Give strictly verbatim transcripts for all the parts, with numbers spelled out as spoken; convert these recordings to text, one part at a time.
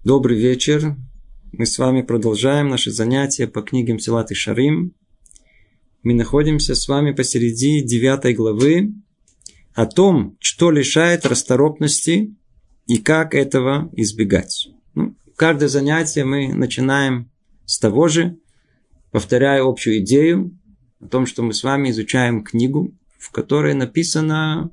Добрый вечер. Мы с вами продолжаем наши занятия по книге Мсилат Йешарим. Мы находимся с вами посреди девятой главы о том, что лишает расторопности и как этого избегать. Ну, каждое занятие мы начинаем с того же, повторяя общую идею о том, что мы с вами изучаем книгу, в которой написана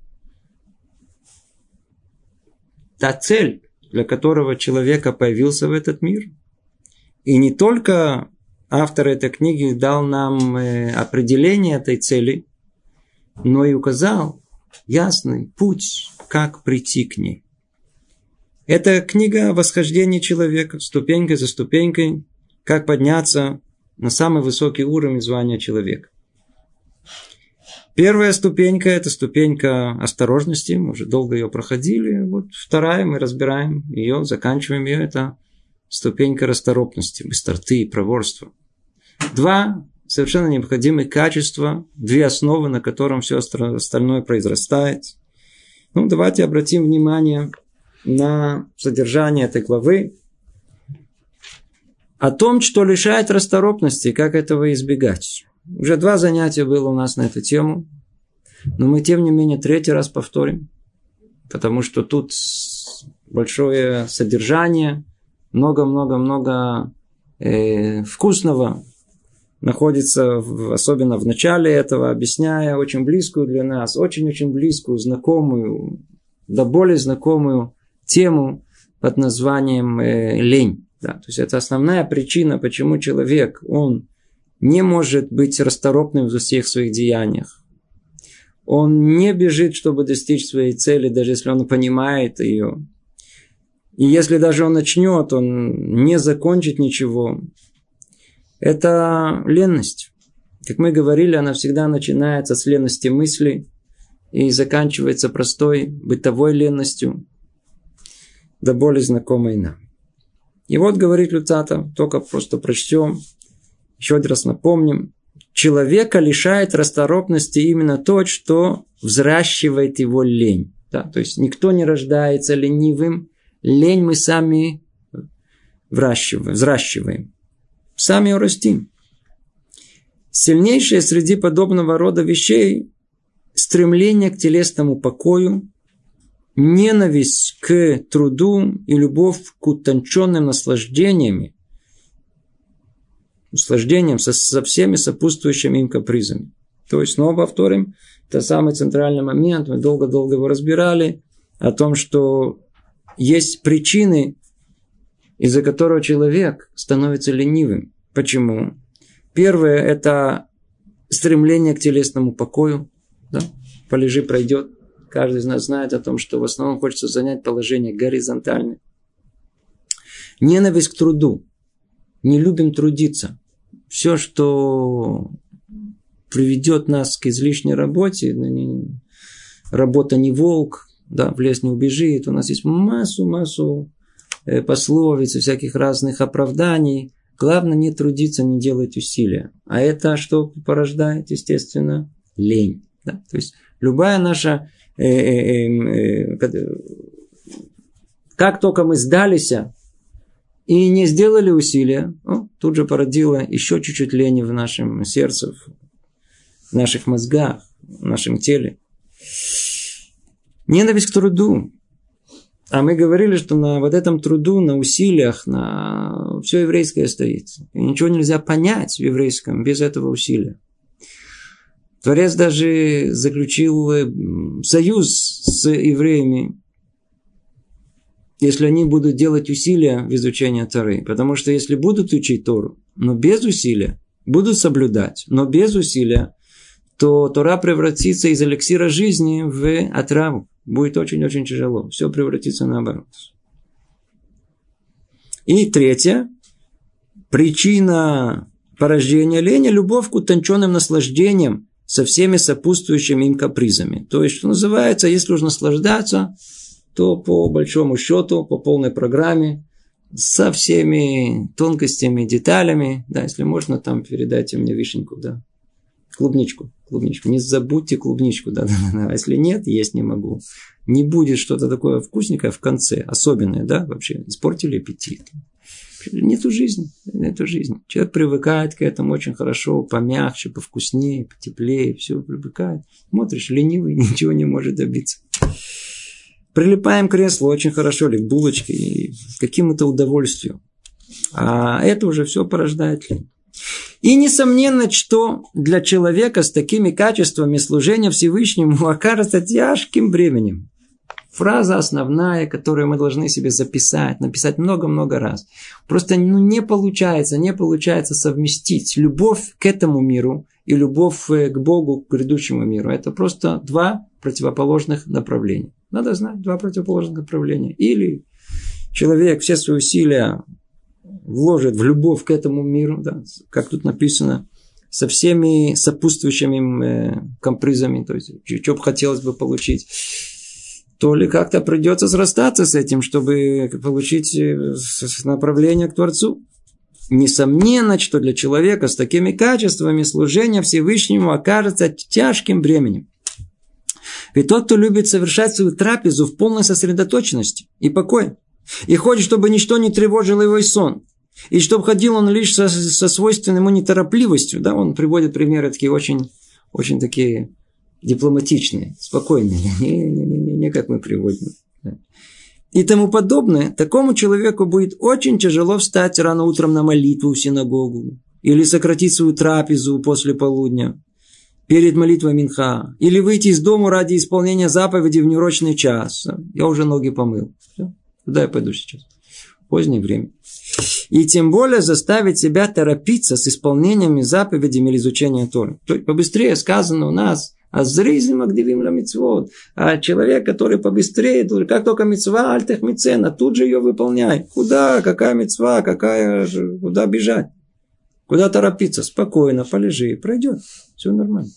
та цель, для которого человека появился в этот мир. И не только автор этой книги дал нам определение этой цели, но и указал ясный путь, как прийти к ней. Это книга о восхождении человека, ступенькой за ступенькой, как подняться на самый высокий уровень звания человека. Первая ступенька – это ступенька осторожности. Мы уже долго ее проходили. Вот вторая, мы разбираем ее, заканчиваем ее. Это ступенька расторопности, быстроты и проворства. Два совершенно необходимые качества, две основы, на которых все остальное произрастает. Ну, давайте обратим внимание на содержание этой главы. О том, что лишает расторопности, как этого избегать. Уже два занятия было у нас на эту тему, но мы, тем не менее, третий раз повторим, потому что тут большое содержание, много-много-много э, вкусного находится, в, особенно в начале этого, объясняя очень близкую для нас, очень-очень близкую, знакомую, да более знакомую тему под названием э, лень. Да, то есть, это основная причина, почему человек, он не может быть расторопным во всех своих деяниях. Он не бежит, чтобы достичь своей цели, даже если он понимает ее. И если даже он начнет, он не закончит ничего. Это ленность. Как мы говорили, она всегда начинается с ленности мысли и заканчивается простой бытовой ленностью, да более знакомой нам. И вот говорит Люцата, только просто прочтем. Еще один раз напомним. Человека лишает расторопности именно то, что взращивает его лень. Да? То есть, никто не рождается ленивым. Лень мы сами взращиваем. взращиваем. Сами ее растим. Сильнейшее среди подобного рода вещей стремление к телесному покою, ненависть к труду и любовь к утонченным наслаждениями, наслаждением со, со всеми сопутствующими им капризами. То есть, снова повторим, это самый центральный момент, мы долго-долго его разбирали, о том, что есть причины, из-за которых человек становится ленивым. Почему? Первое – это стремление к телесному покою. Да? Полежи, пройдет. Каждый из нас знает о том, что в основном хочется занять положение горизонтальное. Ненависть к труду. Не любим трудиться. Все, что приведет нас к излишней работе, работа не волк, да, в лес не убежит. У нас есть массу-массу пословиц и всяких разных оправданий. Главное не трудиться, не делать усилия. А это что порождает, естественно? Лень. Да? То есть, любая наша... Э, э, э, э, как только мы сдались и не сделали усилия, ну, тут же породило еще чуть-чуть лени в нашем сердце, в наших мозгах, в нашем теле. Ненависть к труду. А мы говорили, что на вот этом труду, на усилиях, на все еврейское стоит. И ничего нельзя понять в еврейском без этого усилия. Творец даже заключил союз с евреями, если они будут делать усилия в изучении Торы. Потому что если будут учить Тору, но без усилия, будут соблюдать, но без усилия, то Тора превратится из эликсира жизни в отраву. Будет очень-очень тяжело. Все превратится наоборот. И третье. Причина порождения лени – любовь к утонченным наслаждениям со всеми сопутствующими им капризами. То есть, что называется, если уж наслаждаться, то по большому счету, по полной программе, со всеми тонкостями, деталями. Да, если можно, там передайте мне вишенку, да. Клубничку. Клубничку. Не забудьте клубничку. Да, да, да. Если нет, есть не могу. Не будет что-то такое вкусненькое в конце. Особенное, да, вообще. Испортили аппетит. Нету жизни. Нету жизни. Человек привыкает к этому очень хорошо. Помягче, повкуснее, потеплее. Все привыкает. Смотришь, ленивый, ничего не может добиться. Прилипаем к креслу очень хорошо. Или к булочке. И каким-то удовольствием. А это уже все порождает лень. И несомненно, что для человека с такими качествами служения Всевышнему окажется тяжким бременем. Фраза основная, которую мы должны себе записать, написать много-много раз. Просто ну, не получается, не получается совместить любовь к этому миру и любовь к Богу, к грядущему миру. Это просто два противоположных направления. Надо знать два противоположных направления. Или человек все свои усилия вложит в любовь к этому миру, да, как тут написано, со всеми сопутствующими э, компризами, то есть, что бы хотелось бы получить, то ли как-то придется срастаться с этим, чтобы получить направление к Творцу. Несомненно, что для человека с такими качествами служение Всевышнему окажется тяжким бременем. Ведь тот, кто любит совершать свою трапезу в полной сосредоточенности и покое, и хочет, чтобы ничто не тревожило его и сон. И чтобы ходил он лишь со, со свойственной ему неторопливостью. Да, он приводит примеры такие очень, очень такие дипломатичные, спокойные. Не, не, не, не, не как мы приводим. И тому подобное. Такому человеку будет очень тяжело встать рано утром на молитву в синагогу. Или сократить свою трапезу после полудня. Перед молитвой Минха. Или выйти из дома ради исполнения заповеди в неурочный час. Я уже ноги помыл. Все. Куда я пойду сейчас? Позднее время. И тем более заставить себя торопиться с исполнениями заповедями или изучением Торы. То есть побыстрее сказано у нас «Азризим агдивим ла мицвот». А человек, который побыстрее, как только мицва, альтех мицена, тут же ее выполняй. Куда? Какая мицва? Какая? Куда бежать? Куда торопиться? Спокойно, полежи, пройдет. Все нормально.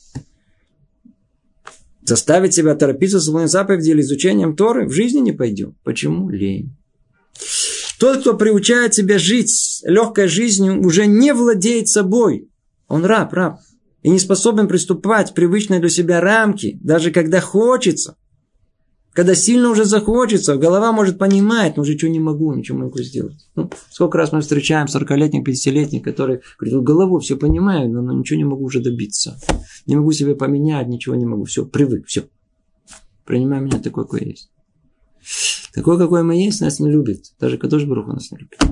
Заставить себя торопиться с исполнением заповедей или изучением Торы в жизни не пойдет. Почему? Лень. Тот, кто приучает себя жить легкой жизнью, уже не владеет собой. Он раб, раб. И не способен приступать в привычные для себя рамки, даже когда хочется. Когда сильно уже захочется, голова может понимать, но уже что не могу, ничего не могу сделать. Ну, сколько раз мы встречаем сорокалетних, пятидесятилетних, которые говорят, головой все понимаю, но, но ничего не могу уже добиться. Не могу себе поменять, ничего не могу. Все, привык, все. Принимай меня такой, какой есть. Такой, какой мы есть, нас не любит. Даже Кадош Барух нас не любит.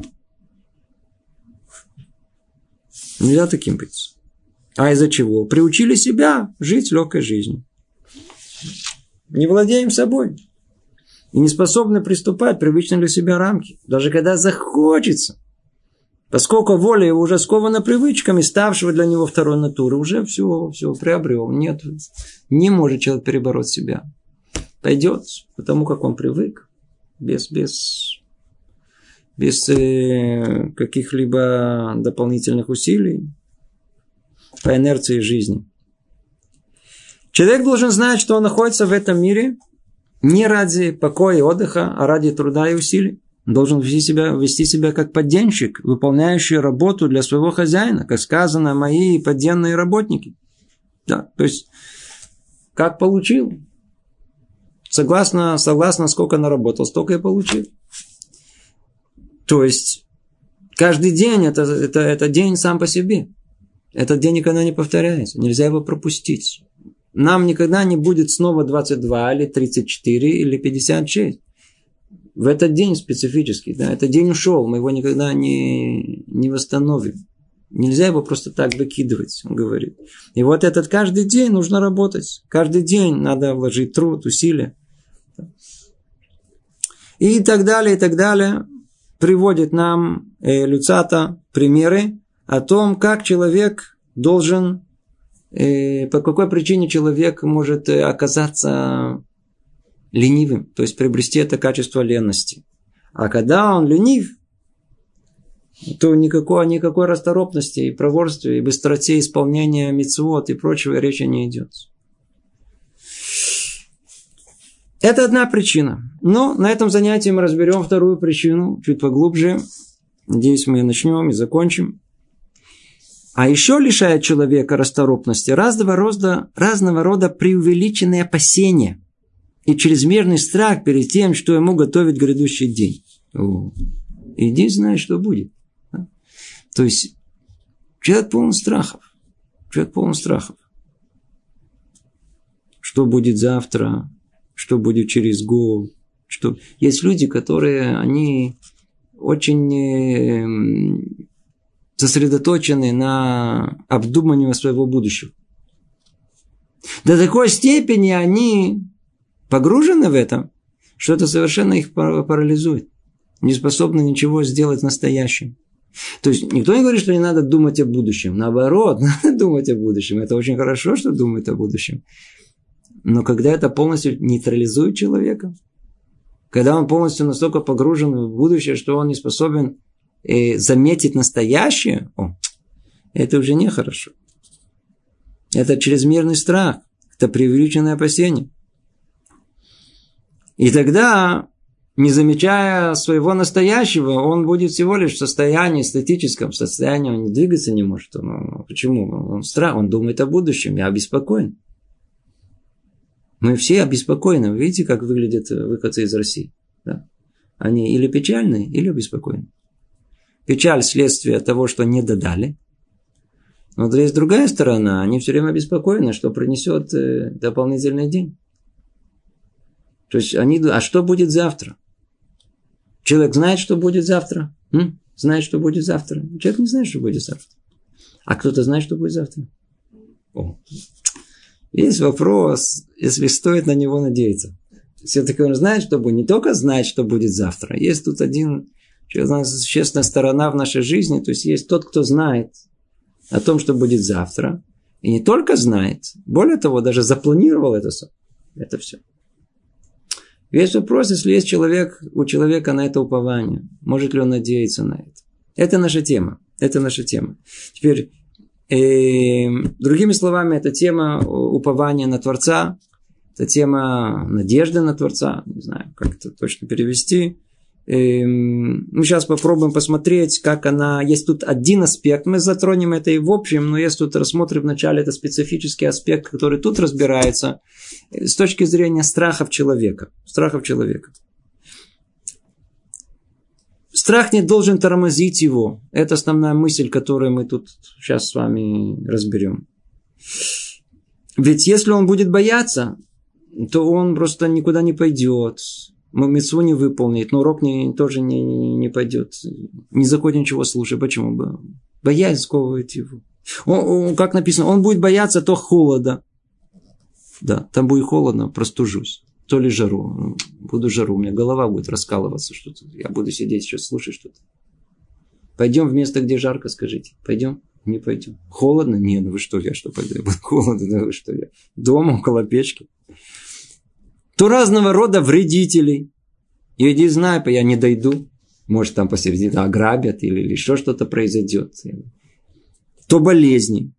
Нельзя таким быть. А из-за чего? Приучили себя жить легкой жизнью. Не владеем собой. И не способны приступать в привычные для себя рамки. Даже когда захочется. Поскольку воля его уже скована привычками, ставшего для него второй натуры, уже все, все приобрел. Нет, не может человек перебороть себя. Пойдет, потому как он привык. Без, без, без э, каких-либо дополнительных усилий. По инерции жизни. Человек должен знать, что он находится в этом мире не ради покоя и отдыха, а ради труда и усилий. Он должен вести себя, вести себя как подденщик, выполняющий работу для своего хозяина, как сказано, мои подденные работники. Да, то есть, как получил. Согласно, согласно, сколько наработал, столько и получил. То есть, каждый день это, это, это день сам по себе. Этот день никогда не повторяется. Нельзя его пропустить. Нам никогда не будет снова двадцать два, или тридцать четыре, или пятьдесят шесть. В этот день специфический. Да, этот день ушел, мы его никогда не, не восстановим. Нельзя его просто так выкидывать, он говорит. И вот этот каждый день нужно работать. Каждый день надо вложить труд, усилия. И так далее, и так далее. Приводит нам э, Люцата примеры о том, как человек должен, э, по какой причине человек может оказаться ленивым, то есть приобрести это качество ленности. А когда он ленив, то никакой, никакой расторопности и проворства, и быстроте исполнения мицвот и прочего речи не идет. Это одна причина. Но на этом занятии мы разберем вторую причину, чуть поглубже. Надеюсь, мы начнем и закончим. А еще лишает человека расторопности разного рода, разного рода преувеличенные опасения и чрезмерный страх перед тем, что ему готовит грядущий день. О, иди, знай, что будет. Да? То есть, человек полон страхов. Человек полон страхов. Что будет завтра, что будет через год. Что... Есть люди, которые, они очень сосредоточены на обдумывании своего будущего. До такой степени они погружены в это, что это совершенно их парализует. Не способны ничего сделать в настоящем. То есть, никто не говорит, что не надо думать о будущем. Наоборот, надо думать о будущем. Это очень хорошо, что думают о будущем. Но когда это полностью нейтрализует человека, когда он полностью настолько погружен в будущее, что он не способен э, заметить настоящее, о, это уже нехорошо. Это чрезмерный страх, это преувеличенное опасение. И тогда, не замечая своего настоящего, он будет всего лишь в состоянии, статическом состоянии, он не двигаться не может. Он, почему? Он страх, он думает о будущем, я обеспокоен. Мы все обеспокоены. Вы видите, как выглядят выходцы из России? Да? Они или печальны, или обеспокоены. Печаль – следствие того, что не додали. Но есть другая сторона. Они все время обеспокоены, что принесет дополнительный день. То есть, они... А что будет завтра? Человек знает, что будет завтра? М? Знает, что будет завтра? Человек не знает, что будет завтра. А кто-то знает, что будет завтра? О. Есть вопрос, если стоит на него надеяться. Все-таки он знает, что будет. Не только знает, что будет завтра. Есть тут один, существенная сторона в нашей жизни. То есть, есть тот, кто знает о том, что будет завтра. И не только знает. Более того, даже запланировал это все. Это все. Весь вопрос, если есть человек, у человека на это упование. Может ли он надеяться на это? Это наша тема. Это наша тема. Теперь... И, другими словами, это тема упования на Творца, это тема надежды на Творца, не знаю, как это точно перевести. И мы сейчас попробуем посмотреть, как она... Есть тут один аспект, мы затронем это и в общем, но если тут рассмотрим вначале, это специфический аспект, который тут разбирается с точки зрения страхов человека. Страхов человека. Страх не должен тормозить его. Это основная мысль, которую мы тут сейчас с вами разберем. Ведь если он будет бояться, то он просто никуда не пойдет. Мицву не выполнит, но урок не, тоже не, не, не пойдет. Не захочет ничего слушать. Почему бы? Боязнь сковывает его. Он, он, как написано, он будет бояться то холода. Да, там будет холодно, простужусь. То ли жару. Буду жару, у меня голова будет раскалываться что-то. Я буду сидеть сейчас, слушать что-то. Пойдем в место, где жарко, скажите. Пойдем? Не пойдем. Холодно? Нет, ну вы что, я что пойду? Я буду холодно, да вы что, я дома, около печки. То разного рода вредителей. Иди знай, я не дойду. Может, там посередине ограбят или, или еще что-то произойдет. То болезни.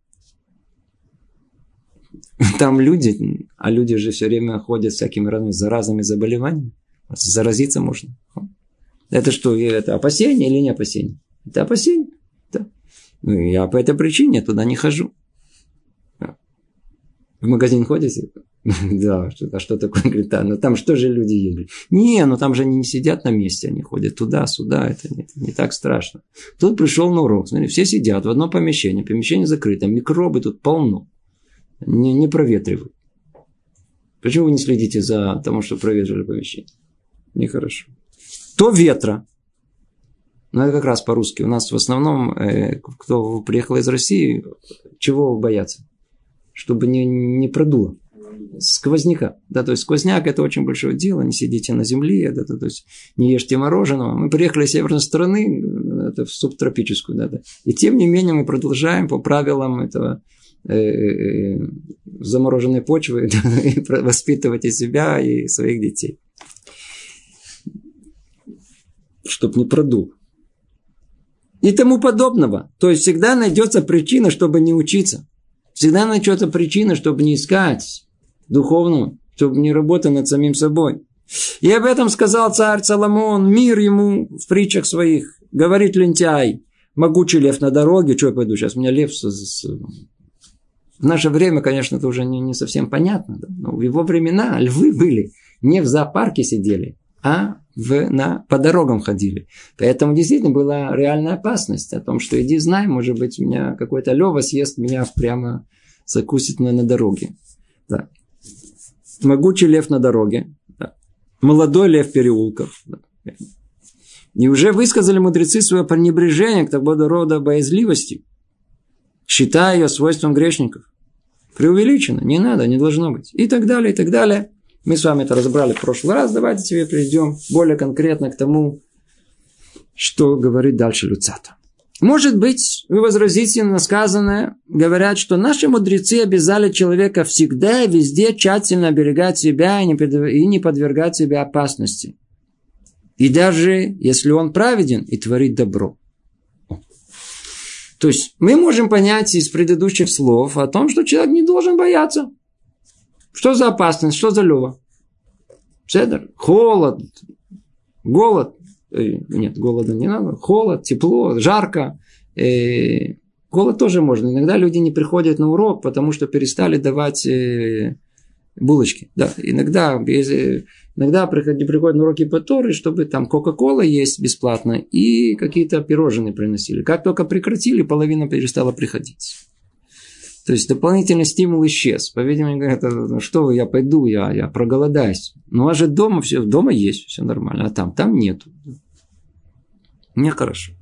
Там люди, а люди же все время ходят всякими разными заразными заболеваниями. Заразиться можно. Это что, это опасение или не опасение? Это опасение. Да. Ну, я по этой причине туда не хожу. В магазин ходите? Да, а что такое? Говорит, а, ну там что же люди едут? Не, ну там же они не сидят на месте, они ходят туда-сюда, это не, не так страшно. Тут пришел на урок, смотри, все сидят в одном помещении, помещение закрыто, микробы тут полно. Не, не проветривают. Почему вы не следите за тем, что проветривали помещение? Нехорошо. То ветра. Ну, это как раз по-русски. У нас в основном, э, кто приехал из России, чего боятся? Чтобы не, не продуло. Сквозняка. Да, то есть, сквозняк – это очень большое дело. Не сидите на земле, да, да, то есть, не ешьте мороженого. Мы приехали из северной страны, это в субтропическую. Да, да. И тем не менее, мы продолжаем по правилам этого замороженной почвы воспитывать и себя, и своих детей. Чтоб не продул. И тому подобного. То есть, всегда найдется причина, чтобы не учиться. Всегда найдется причина, чтобы не искать духовного, чтобы не работать над самим собой. И об этом сказал царь Соломон, мир ему в притчах своих. Говорит лентяй: могучий лев на дороге, что я пойду сейчас, у меня лев с... с... В наше время, конечно, это уже не, не совсем понятно, да? Но в его времена львы были, не в зоопарке сидели, а в, на, по дорогам ходили. Поэтому действительно была реальная опасность о том, что иди знай, может быть, меня какой-то лева съест, меня прямо закусит на, на дороге. Да. Могучий лев на дороге, да. Молодой лев в переулках. Да. И уже высказали мудрецы свое пренебрежение к такого рода боязливости, считая ее свойством грешников. Преувеличено, не надо, не должно быть. И так далее, и так далее. Мы с вами это разобрали в прошлый раз. Давайте теперь перейдем более конкретно к тому, что говорит дальше Люцата. Может быть, вы возразите на сказанное, говорят, что наши мудрецы обязали человека всегда и везде тщательно оберегать себя и не подвергать себя опасности. И даже если он праведен и творит добро. То есть, мы можем понять из предыдущих слов о том, что человек не должен бояться. Что за опасность? Что за лева? Седер, холод, голод. Э, нет, голода не надо. Холод, тепло, жарко. Э, голод тоже можно. Иногда люди не приходят на урок, потому что перестали давать э, булочки. Да, иногда, если, иногда приходят, приходят на уроки по Торе, чтобы там Кока-Кола есть бесплатно и какие-то пирожные приносили. Как только прекратили, половина перестала приходить. То есть, дополнительный стимул исчез. По-видимому, говорят, что вы, я пойду, я, я проголодаюсь. Ну, а же дома все, дома есть, все нормально, а там, там нету. Нехорошо.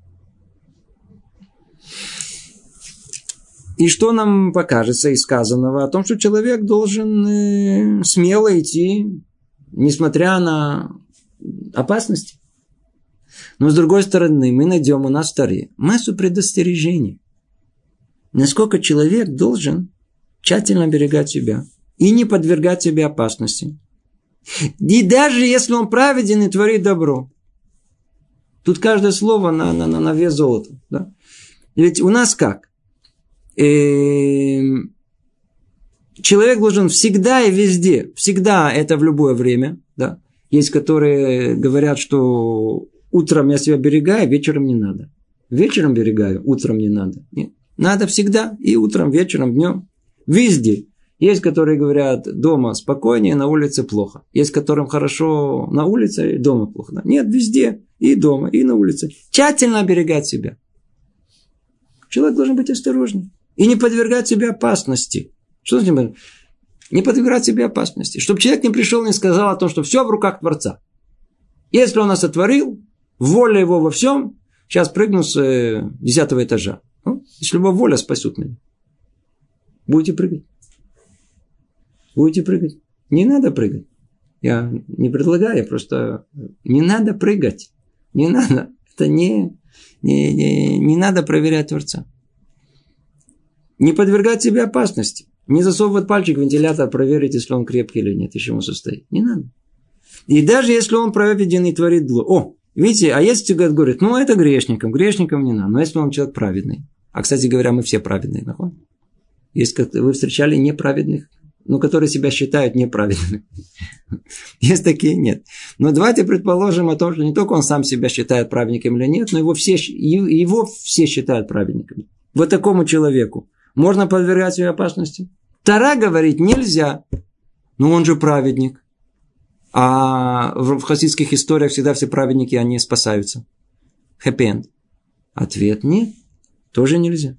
И что нам покажется из сказанного? О том, что человек должен э, смело идти, несмотря на опасности. Но, с другой стороны, мы найдем у нас в Торе массу предостережений. Насколько человек должен тщательно оберегать себя и не подвергать себе опасности. И даже если он праведен и творит добро. Тут каждое слово на, на, на вес золота. Да? Ведь у нас как? Эм... Человек должен всегда и везде. Всегда это в любое время. Да? Есть, которые говорят, что утром я себя берегаю, вечером не надо. Вечером берегаю, утром не надо. Нет. Надо всегда, и утром, вечером, днем. Везде. Есть, которые говорят, дома спокойнее, на улице плохо. Есть, которым хорошо на улице, и дома плохо. Нет, везде, и дома, и на улице. Тщательно оберегать себя. Человек должен быть осторожней. И не подвергать себе опасности. Что значит? Не подвергать себе опасности. Чтобы человек не пришел и не сказал о том, что все в руках Творца. Если он нас сотворил, воля его во всем, сейчас прыгну с десятого этажа. Ну, если его воля спасет меня. Будете прыгать. Будете прыгать. Не надо прыгать. Я не предлагаю, просто не надо прыгать. Не надо. Это не, не, не, не надо проверять Творца. Не подвергать себе опасности. Не засовывать пальчик в вентилятор, проверить, если он крепкий или нет, из чего состоит. Не надо. И даже если он праведен и творит зло. О, видите, а если говорит, ну это грешникам, грешникам не надо. Но если он человек праведный. А, кстати говоря, мы все праведные. Нахуй? Если вы встречали неправедных, ну, которые себя считают неправедными. Есть такие? Нет. Но давайте предположим о том, что не только он сам себя считает праведником или нет, но его все, его все считают праведником. Вот такому человеку можно подвергать себе опасности? Тора говорит, нельзя. Но он же праведник. А в хасидских историях всегда все праведники, они спасаются. Хэппи-энд. Ответ нет. Тоже нельзя.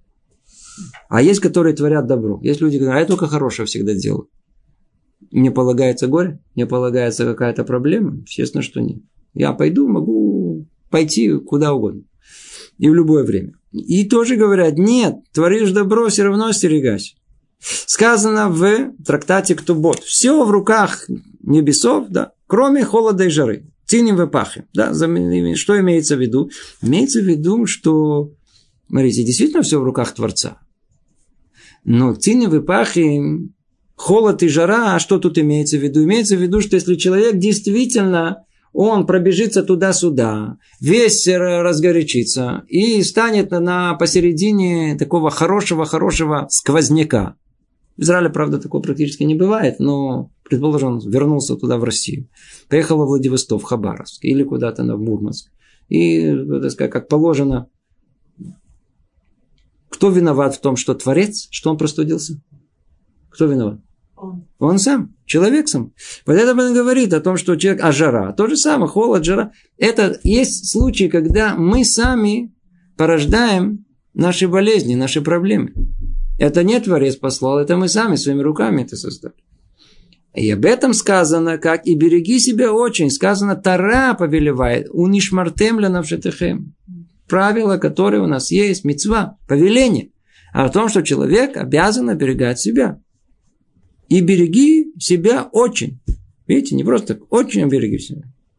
А есть, которые творят добро. Есть люди, которые, а я только хорошее всегда делаю. Мне полагается горе, мне полагается какая-то проблема. Естественно, что нет. Я пойду, могу пойти куда угодно. И в любое время. И тоже говорят, нет, творишь добро, все равно остерегайся. Сказано в трактате Ктубот. Все в руках небесов, да, кроме холода и жары. Циним в пахе. Да, что имеется в виду? Имеется в виду, что смотрите, действительно все в руках Творца. Но циним в пахе, холод и жара, а что тут имеется в виду? Имеется в виду, что если человек действительно, он пробежится туда-сюда, весь разгорячится и станет на посередине такого хорошего-хорошего сквозняка. В Израиле, правда, такого практически не бывает, но, предположим, он вернулся туда, в Россию, поехал во Владивосток, в Хабаровск или куда-то на Мурманск. И, так сказать, как положено, Кто виноват в том, что Творец, что он простудился? Кто виноват? Он. Он сам, человек сам. Вот это он говорит о том, что человек, а жара, то же самое, холод, жара. Это есть случаи, когда мы сами порождаем наши болезни, наши проблемы. Это не Творец послал, это мы сами своими руками это создали. И об этом сказано, как и береги себя очень. Сказано, Тора повелевает, унишмартем ланавшетехем. Правило, которое у нас есть, мицва, повеление. А о том, что человек обязан оберегать себя. И береги себя очень. Видите, не просто так, очень береги себя.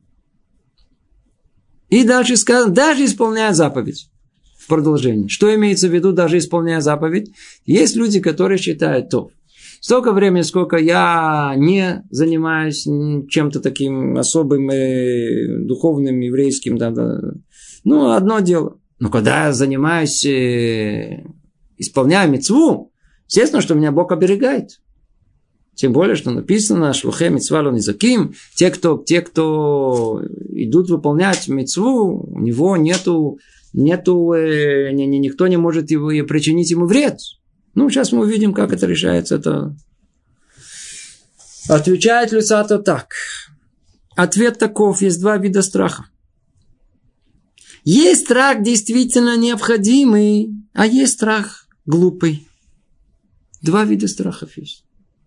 И дальше сказано, даже исполняя заповедь. В продолжении. Что имеется в виду, даже исполняя заповедь? Есть люди, которые считают, то столько времени, сколько я не занимаюсь чем-то таким особым, э, духовным, еврейским, да, да. Ну, одно дело. Но когда я занимаюсь, э, исполняю мицву, естественно, что меня Бог оберегает. Тем более, что написано, шлухе мицва ло низаким, те, кто, те, кто идут выполнять мицву, у него нету, нету э, ни, ни, никто не может его, причинить ему вред. Ну, сейчас мы увидим, как это решается. Это... Отвечает Люцато так. Ответ таков. Есть два вида страха. Есть страх действительно необходимый, а есть страх глупый. Два вида страхов есть.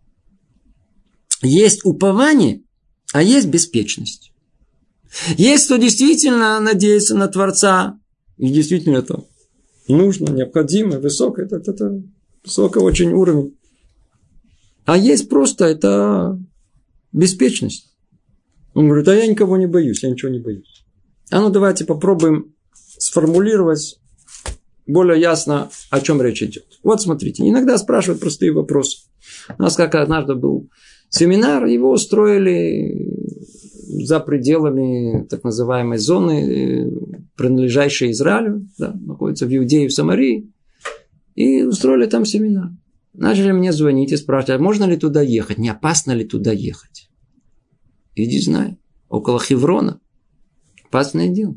Есть упование, а есть беспечность. Есть кто действительно надеется на Творца, и действительно это нужно, необходимо, высокое, это, это, это высокий очень уровень. А есть просто это беспечность. Он говорит, а я никого не боюсь, я ничего не боюсь. А ну давайте попробуем сформулировать более ясно, о чем речь идет. Вот смотрите, иногда спрашивают простые вопросы. У нас как однажды был семинар, его устроили за пределами так называемой зоны, принадлежащей Израилю, да, находится в Иудее и в Самарии, и устроили там семинар. Начали мне звонить и спрашивать, а можно ли туда ехать, не опасно ли туда ехать. Иди знай, около Хеврона. Опасное дело.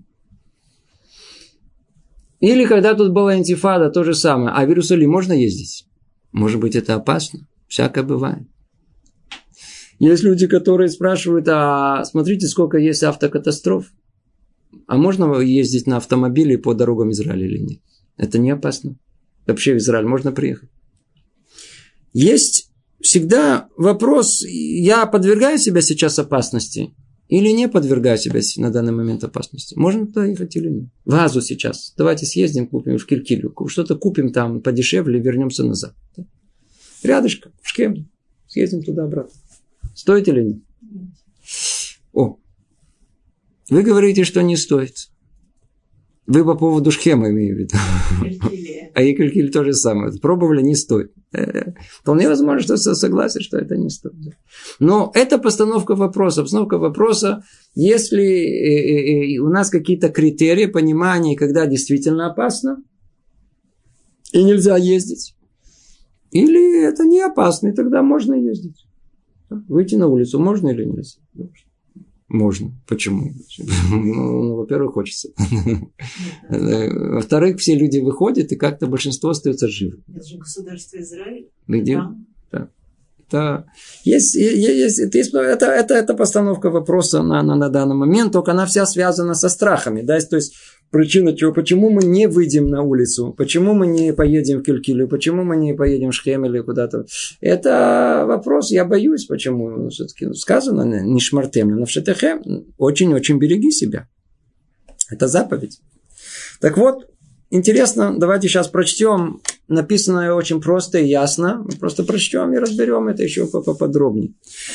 Или когда тут была интифада, то же самое. А в Иерусалим можно ездить? Может быть, это опасно? Всякое бывает. Есть люди, которые спрашивают, а смотрите, сколько есть автокатастроф. А можно ездить на автомобиле по дорогам Израиля или нет? Это не опасно. Вообще в Израиль можно приехать. Есть всегда вопрос, я подвергаю себя сейчас опасности или не подвергаю себя на данный момент опасности. Можно туда ехать или нет? В Газу сейчас. Давайте съездим, купим в Килькилю. Что-то купим там подешевле и вернемся назад. Рядышком, в Шкем. Съездим туда-обратно. Стоит или нет? О, вы говорите, что не стоит. Вы по поводу Шхема имею в виду. А и Килькиль то же самое. Пробовали, не стоит. Вполне возможно, что согласен, что это не стоит. Но это постановка вопроса. Постановка вопроса, если у нас какие-то критерии понимания, когда действительно опасно, и нельзя ездить. Или это не опасно, и тогда можно ездить. Выйти на улицу можно или нельзя? Можно. Почему? Ну, во-первых, хочется. Во-вторых, все люди выходят, и как-то большинство остается живым. Это же государство Израиль. Где? Да. Это, есть, есть, есть, это, это, это постановка вопроса на, на, на данный момент, только она вся связана со страхами. Да? То есть, причина чего, почему мы не выйдем на улицу, почему мы не поедем в Килькилю, почему мы не поедем в Шхем или куда-то. Это вопрос, я боюсь, почему. Все-таки сказано, не шмартем, но в шетехем, очень-очень береги себя. Это заповедь. Так вот, интересно, давайте сейчас прочтем. Написано очень просто и ясно. Мы просто прочтем и разберем это еще поподробнее.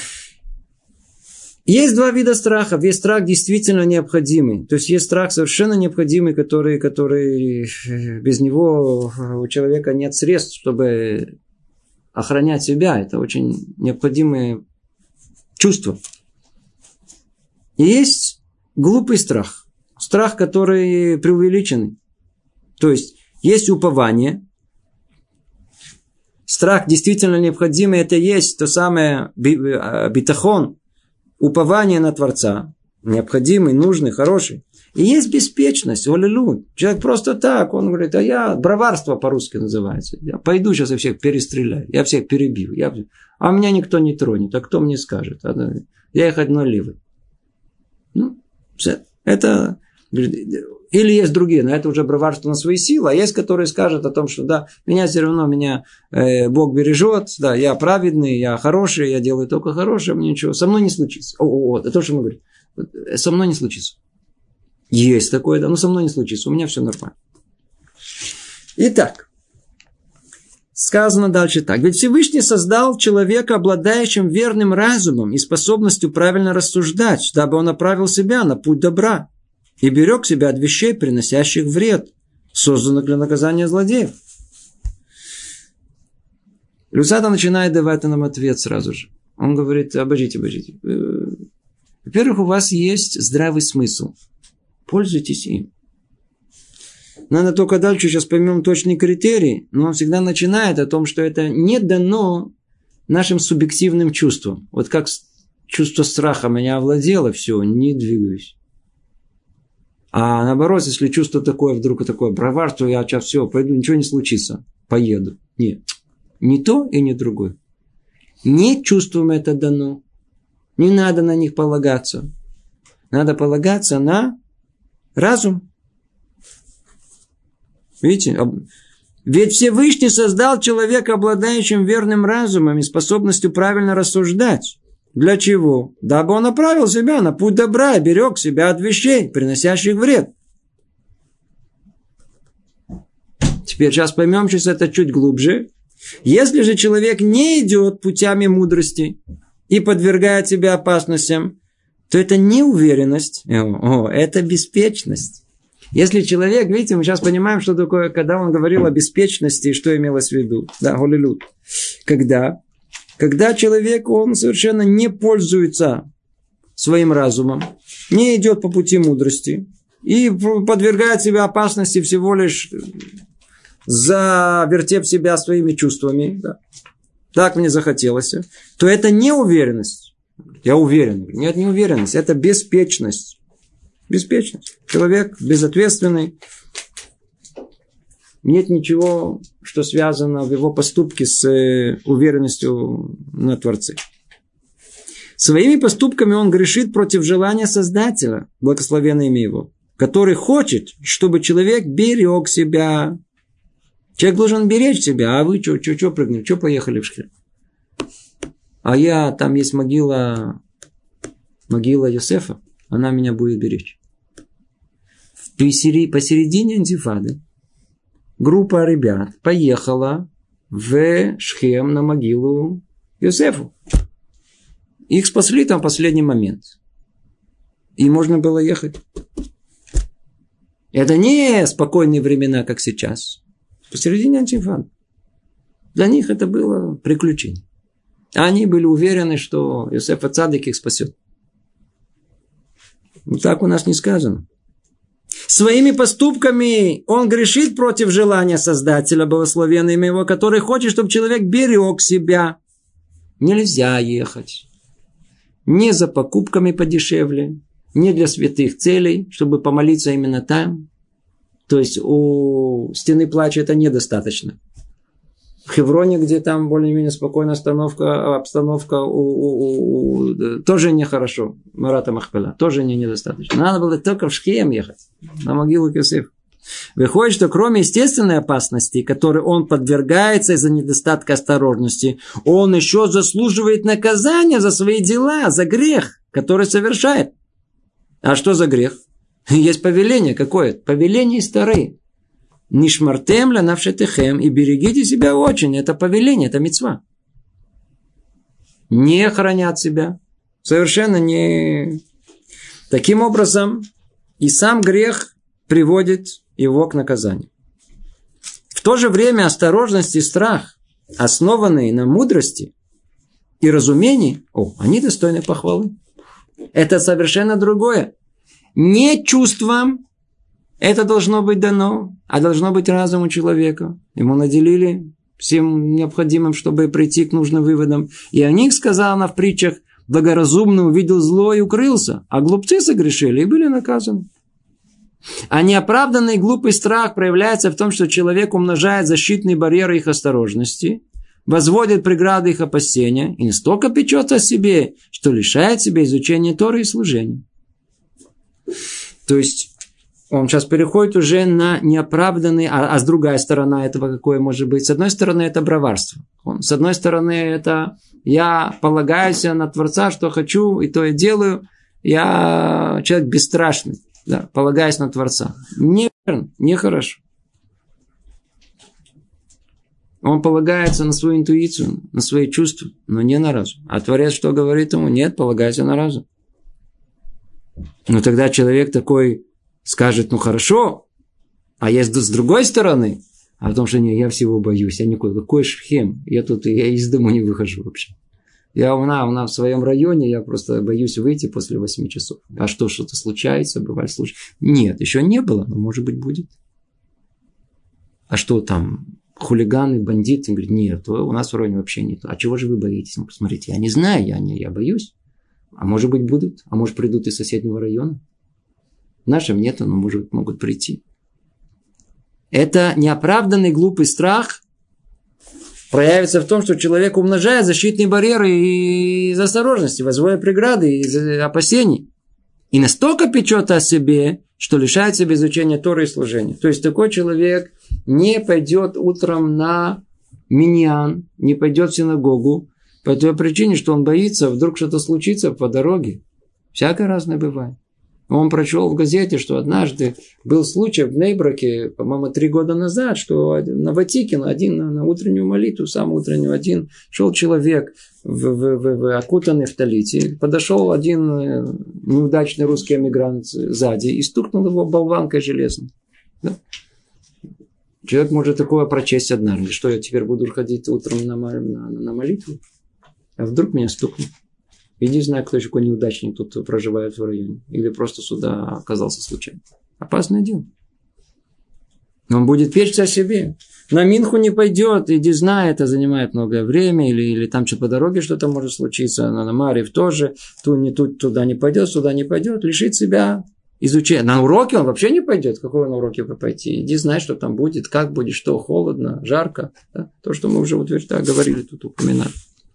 Есть два вида страхов. Есть страх действительно необходимый. То есть, есть страх совершенно необходимый, который, который без него у человека нет средств, чтобы охранять себя. Это очень необходимое чувство. И есть глупый страх. Страх, который преувеличенный. То есть, есть упование. Страх действительно необходимый. Это есть то самое битахон. Упование на Творца, необходимый, нужный, хороший. И есть беспечность, олилу. Человек просто так, он говорит, а я, браварство по-русски называется. Я пойду сейчас и всех перестреляю, я всех перебью. Я... А меня никто не тронет, а кто мне скажет? Я их одно ливый. Ну, это... Или есть другие, но это уже браварство на свои силы, а есть, которые скажут о том, что да, меня все равно, меня э, Бог бережет, да, я праведный, я хороший, я делаю только хорошее, мне ничего, со мной не случится. О, о, о, это то, что мы говорим. Со мной не случится. Есть такое, да, но со мной не случится, у меня все нормально. Итак, сказано дальше так. Ведь Всевышний создал человека, обладающим верным разумом и способностью правильно рассуждать, дабы он направил себя на путь добра и берег себя от вещей, приносящих вред, созданных для наказания злодеев. Люцата начинает давать нам ответ сразу же. Он говорит, обождите, обождите. Во-первых, у вас есть здравый смысл. Пользуйтесь им. Надо только дальше сейчас поймем точный критерий, но он всегда начинает о том, что это не дано нашим субъективным чувствам. Вот как чувство страха меня овладело, все, не двигаюсь. А наоборот, если чувство такое, вдруг такое браварство, я сейчас все, пойду, ничего не случится, поеду. Нет, не то и не другое. Не чувствам это дано. Не надо на них полагаться. Надо полагаться на разум. Видите? Ведь Всевышний создал человека, обладающим верным разумом и способностью правильно рассуждать. Для чего? Дабы он направил себя на путь добра и берег себя от вещей, приносящих вред. Теперь сейчас поймем сейчас это чуть глубже. Если же человек не идет путями мудрости и подвергает себя опасностям, то это не уверенность, о, это беспечность. Если человек, видите, мы сейчас понимаем, что такое, когда он говорил о беспечности, что имелось в виду. Да, голилут. Когда? Когда человек, он совершенно не пользуется своим разумом, не идет по пути мудрости и подвергает себя опасности всего лишь завертев себя своими чувствами, да, так мне захотелось, то это не уверенность. Я уверен. Нет, не уверенность, это беспечность. Беспечность. Человек безответственный. Нет ничего, что связано в его поступке с уверенностью на Творце. Своими поступками он грешит против желания Создателя, благословенное имя его, который хочет, чтобы человек берег себя. Человек должен беречь себя, а вы что, что, что прыгнули, что поехали в Шхем? А я, там есть могила, могила Йосефа, она меня будет беречь. Посередине интифады группа ребят поехала в Шхем на могилу Йосефу. Их спасли там в последний момент. И можно было ехать. Это не спокойные времена, как сейчас. Посередине интифады. Для них это было приключение. Они были уверены, что Йосеф ацадик их спасет. Но так у нас не сказано. Своими поступками он грешит против желания Создателя, благословенное имя его, который хочет, чтобы человек берег себя. Нельзя ехать. Не за покупками подешевле, не для святых целей, чтобы помолиться именно там. То есть у стены плача это недостаточно. В Хевроне, где там более-менее спокойная обстановка, обстановка у, у, у, тоже нехорошо. Марата Махпеля, тоже не недостаточно. Надо было только в Шхем ехать, на могилу Йосефа. Выходит, что кроме естественной опасности, которой он подвергается из-за недостатка осторожности, он еще заслуживает наказания за свои дела, за грех, который совершает. А что за грех? Есть повеление какое? Повеление старые. Нишмартем ля навшетехем, и берегите себя очень. Это повеление, это мицва. Не хранят себя. Совершенно не... Таким образом, и сам грех приводит его к наказанию. В то же время осторожность и страх, основанные на мудрости и разумении, о, они достойны похвалы. Это совершенно другое. Не чувствам, это должно быть дано, а должно быть разуму человека. Ему наделили всем необходимым, чтобы прийти к нужным выводам. И о них сказано в притчах: благоразумный увидел зло и укрылся, а глупцы согрешили и были наказаны. А неоправданный глупый страх проявляется в том, что человек умножает защитные барьеры их осторожности, возводит преграды их опасения и настолько печется о себе, что лишает себя изучения Торы и служения. То есть, он сейчас переходит уже на неоправданный, а, а с другой стороны этого какое может быть? С одной стороны, это браварство. Он, с одной стороны, это я полагаюсь на Творца, что хочу, и то я делаю. Я человек бесстрашный, да, полагаюсь на Творца. Неверно, нехорошо. Он полагается на свою интуицию, на свои чувства, но не на разум. А Творец что говорит ему? Нет, полагайся на разум. Но тогда человек такой скажет, ну хорошо, а есть с другой стороны, а в том, что не, я всего боюсь, я никакой, какой шхем, я тут, я из дома не выхожу вообще. Я у нас, у нас в своем районе, я просто боюсь выйти после восьми часов. А что, что-то случается, бывает случай? Нет, еще не было, но может быть будет. А что там, хулиганы, бандиты? Говорит, нет, у нас в районе вообще нет. А чего же вы боитесь? Ну, посмотрите, я не знаю, я, не, я боюсь. А может быть будут, а может придут из соседнего района. В нашем нет, но может могут прийти. Это неоправданный глупый страх проявится в том, что человек умножает защитные барьеры из осторожности, возводя преграды, из опасений. И настолько печется о себе, что лишает себя изучения Торы и служения. То есть такой человек не пойдет утром на миньян, не пойдет в синагогу, по той причине, что он боится, вдруг что-то случится по дороге. Всякое разное бывает. Он прочел в газете, что однажды был случай в Нейбраке, по-моему, три года назад, что на Ватикин, один на, на утреннюю молитву, самую утреннюю, один шел человек, в, в, в, в, окутанный в талите, подошел один неудачный русский эмигрант сзади и стукнул его болванкой железной. Да? Человек может такое прочесть однажды, что я теперь буду ходить утром на, на, на молитву, а вдруг меня стукнут. И не знаю, кто еще такой неудачник тут проживает в районе. Или просто сюда оказался случайно. Опасное дело. Он будет печься о себе. На Минху не пойдет. Иди знай, это занимает многое время. Или, или там что-то по дороге что-то может случиться. На Намарев тоже. Тут, не, тут туда не пойдет, сюда не пойдет. Лишит себя изучения. На уроки он вообще не пойдет. Какой на уроки пойти? Иди знай, что там будет, как будет, что холодно, жарко. Да? То, что мы уже утверждали, говорили, тут упоминали.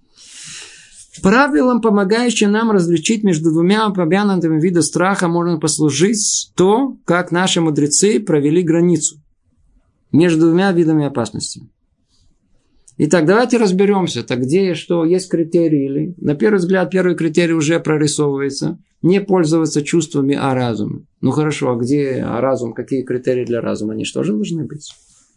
Правилом, помогающим нам различить между двумя упомянутыми видами страха, можно послужить то, как наши мудрецы провели границу между двумя видами опасности. Итак, давайте разберемся, так где что, есть критерии или... На первый взгляд, первый критерий уже прорисовывается. Не пользоваться чувствами, а разумом. Ну хорошо, а где а разум, какие критерии для разума? Они что же должны быть?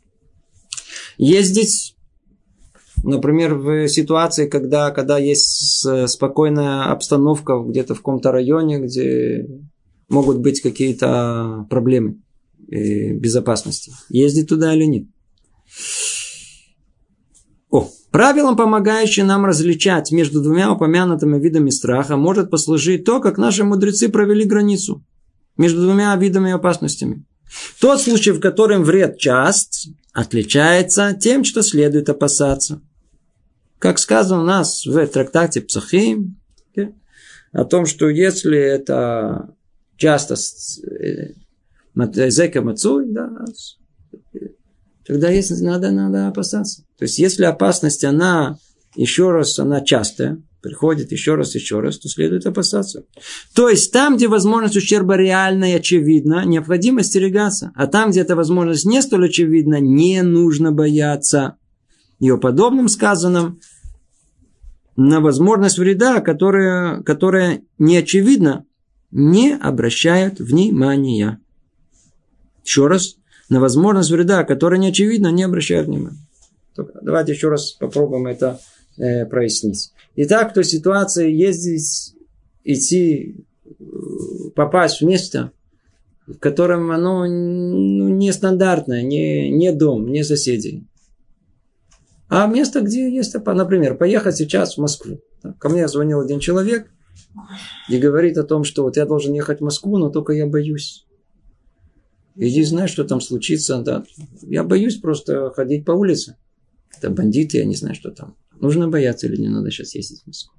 Ездить... Например, в ситуации, когда, когда есть спокойная обстановка где-то в каком-то районе, где могут быть какие-то проблемы безопасности. Ездить туда или нет? О, правилом, помогающим нам различать между двумя упомянутыми видами страха, может послужить то, как наши мудрецы провели границу между двумя видами опасностями. Тот случай, в котором вред част, отличается тем, что следует опасаться. Как сказано у нас в трактате Псахим, о том, что если это часто зека мацуй, да, тогда есть, надо, надо опасаться. То есть, если опасность, она еще раз, она частая, приходит еще раз, еще раз, то следует опасаться. То есть, там, где возможность ущерба реальна и очевидна, необходимо остерегаться. А там, где эта возможность не столь очевидна, не нужно бояться. И о подобном сказанном на возможность вреда, которая, которая не очевидна, не обращают внимания. Еще раз. На возможность вреда, которая не очевидна, не обращают внимания. Только давайте еще раз попробуем это э, прояснить. Итак, то ситуация ездить, идти, попасть в место, в котором оно ну, нестандартное, не, не дом, не соседи. А место, где есть, например, поехать сейчас в Москву. Ко мне звонил один человек и говорит о том, что вот я должен ехать в Москву, но только я боюсь. Иди знай, что там случится. Да. Я боюсь просто ходить по улице. Это бандиты, я не знаю, что там. Нужно бояться или не надо сейчас ездить в Москву.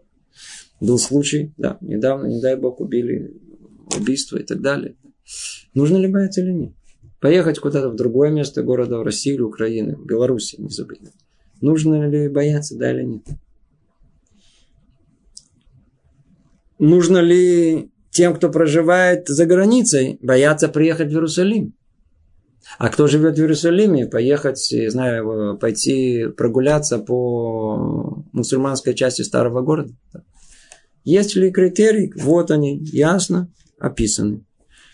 Был случай, да, недавно, не дай бог, убили, убийство и так далее. Нужно ли бояться или нет? Поехать куда-то в другое место города, в Россию, Украину, Белоруссию, не забыть. Нужно ли бояться, да или нет? Нужно ли тем, кто проживает за границей, бояться приехать в Иерусалим? А кто живет в Иерусалиме, поехать, знаю, пойти прогуляться по мусульманской части старого города? Есть ли критерии? Вот они, ясно описаны.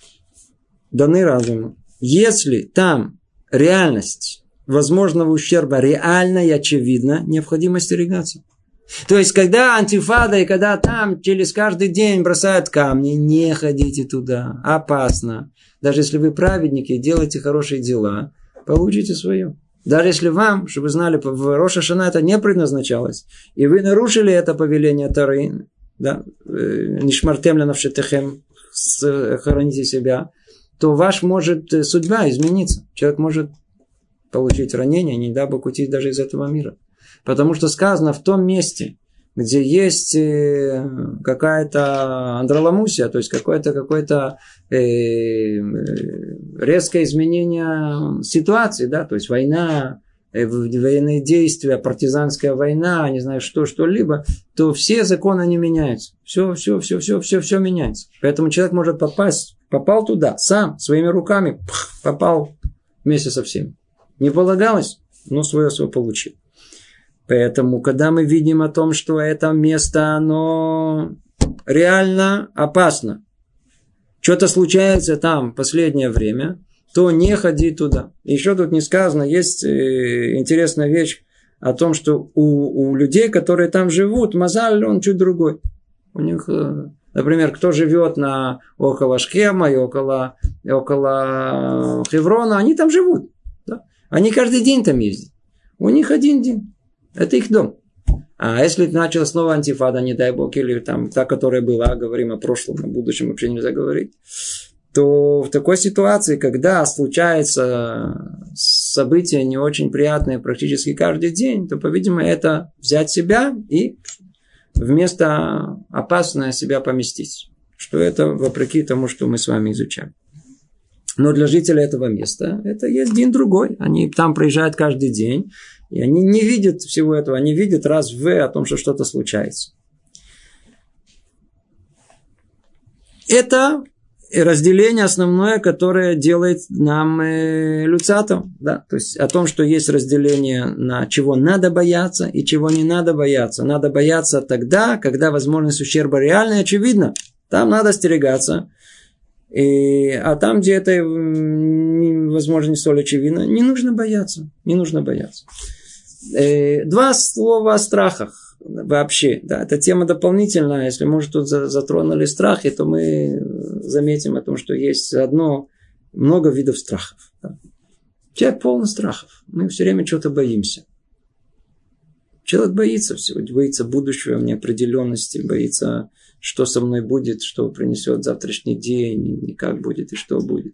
Даны разуму. Если там реальность возможного ущерба реальна и очевидна, необходимо остерегаться. То есть, когда антифада и когда там через каждый день бросают камни, не ходите туда. Опасно. Даже если вы праведники, делаете хорошие дела, получите свое. Даже если вам, чтобы вы знали, в Рош ха-Шана это не предназначалось, и вы нарушили это повеление Торы, да, нишмартем ле-навшетехем, храните себя, то ваш может судьба измениться. Человек может получить ранение, не дай Бог уйти даже из этого мира. Потому что сказано, в том месте, где есть какая-то андроламусия, то есть какое-то, какое-то э, резкое изменение ситуации, да, то есть война, э, военные действия, партизанская война, не знаю что, что-либо, то все законы не меняются. Все, все, все, все, все, все меняется. Поэтому человек может попасть, попал туда, сам, своими руками, пх, попал вместе со всеми. Не полагалось, но свое свое получил. Поэтому, когда мы видим о том, что это место, оно реально опасно, что-то случается там в последнее время, то не ходи туда. Еще тут не сказано, есть интересная вещь о том, что у, у людей, которые там живут, мазаль, он чуть другой. У них, например, кто живет на, около Шхема и около, около Хеврона, они там живут. Да? Они каждый день там ездят. У них один день. Это их дом. А если началась снова антифада, не дай Бог, или там та, которая была, говорим о прошлом, о будущем вообще нельзя говорить, то в такой ситуации, когда случается событие не очень приятное практически каждый день, то, по-видимому, это взять себя и вместо опасное себя поместить. Что это вопреки тому, что мы с вами изучаем. Но для жителей этого места это есть день другой. Они там проезжают каждый день. И они не видят всего этого. Они видят раз в о том, что что-то случается. Это разделение основное, которое делает нам э, Люцатов. Да? То есть о том, что есть разделение на чего надо бояться и чего не надо бояться. Надо бояться тогда, когда возможность ущерба реальна и очевидна. Там надо остерегаться. И, а там, где это возможно не столь очевидно, не нужно бояться. Не нужно бояться. Э, два слова о страхах вообще. Да, это тема дополнительная. Если мы уже тут затронули страхи, то мы заметим о том, что есть одно, много видов страхов. Да. Человек полон страхов. Мы все время чего-то боимся. Человек боится всего. Боится будущего, неопределенности, боится, что со мной будет, что принесет завтрашний день, и как будет, и что будет.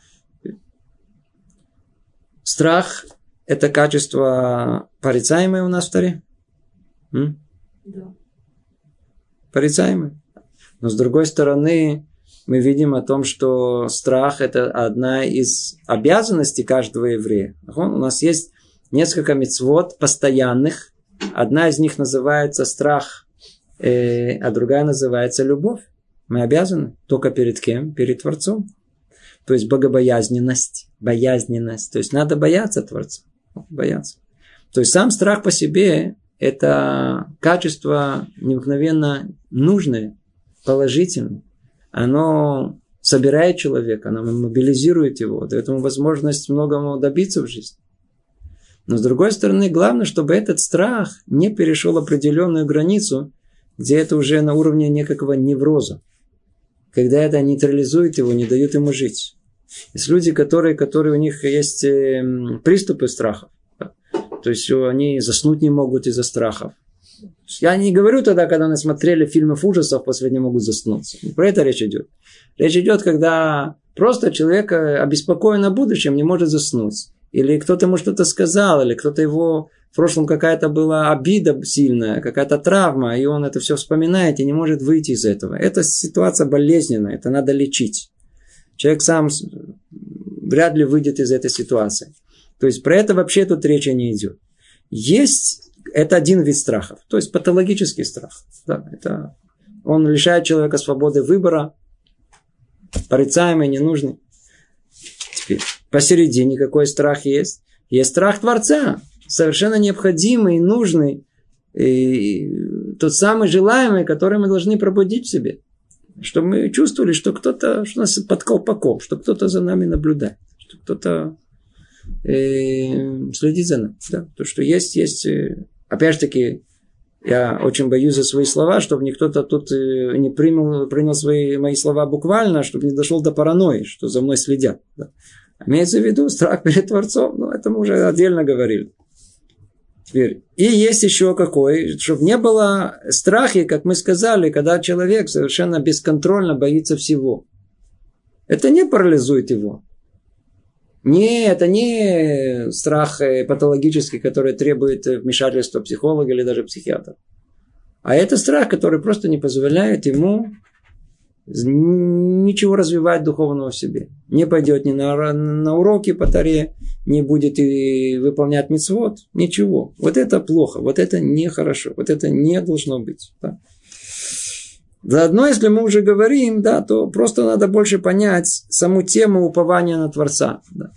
Страх – это качество порицаемое у нас в Торе? М? Да. Порицаемое. Но с другой стороны, мы видим о том, что страх – это одна из обязанностей каждого еврея. У нас есть несколько мицвот постоянных. Одна из них называется страх, э, а другая называется любовь. Мы обязаны только перед кем? Перед Творцом. То есть богобоязненность. Боязненность. То есть надо бояться Творца. Бояться. То есть сам страх по себе – это качество необыкновенно нужное, положительное. Оно собирает человека, оно мобилизирует его, дает ему возможность многому добиться в жизни. Но с другой стороны, главное, чтобы этот страх не перешел определенную границу, где это уже на уровне некакого невроза. Когда это нейтрализует его, не дает ему жить. Есть люди, которые, которые у них есть приступы страхов. То есть они заснуть не могут из-за страхов. Я не говорю тогда, когда мы смотрели фильмы ужасов, последние могут заснуть. Не про это речь идет. Речь идет, когда просто человек обеспокоен о будущем, не может заснуть. Или кто-то ему что-то сказал, или кто-то его... В прошлом какая-то была обида сильная, какая-то травма, и он это все вспоминает и не может выйти из этого. Это ситуация болезненная, это надо лечить. Человек сам вряд ли выйдет из этой ситуации. То есть, про это вообще тут речи не идет. Есть, это один вид страхов. То есть, патологический страх. Да, это, он лишает человека свободы выбора. Порицаемый, ненужный. Теперь, посередине какой страх есть? Есть страх Творца. Совершенно необходимый, нужный. И тот самый желаемый, который мы должны пробудить в себе. Чтобы мы чувствовали, что кто-то, что у нас под колпаком, что кто-то за нами наблюдает. Что кто-то э, следит за нами. Да? То, что есть, есть. Э, опять же таки, я очень боюсь за свои слова, чтобы никто тут э, не принял, принял свои, мои слова буквально, чтобы не дошел до паранойи, что за мной следят. Да? Имеется в виду страх перед Творцом. Ну, это мы уже отдельно говорили. Теперь. И есть еще какой, чтобы не было страха, как мы сказали, когда человек совершенно бесконтрольно боится всего. Это не парализует его. Не, это не страх патологический, который требует вмешательства психолога или даже психиатра. А это страх, который просто не позволяет ему ничего развивать духовного в себе. Не пойдет ни на, на уроки по Торе, не будет и выполнять мицвот, ничего. Вот это плохо, вот это нехорошо, вот это не должно быть. Да. Заодно, если мы уже говорим, да, то просто надо больше понять саму тему упования на Творца. Да.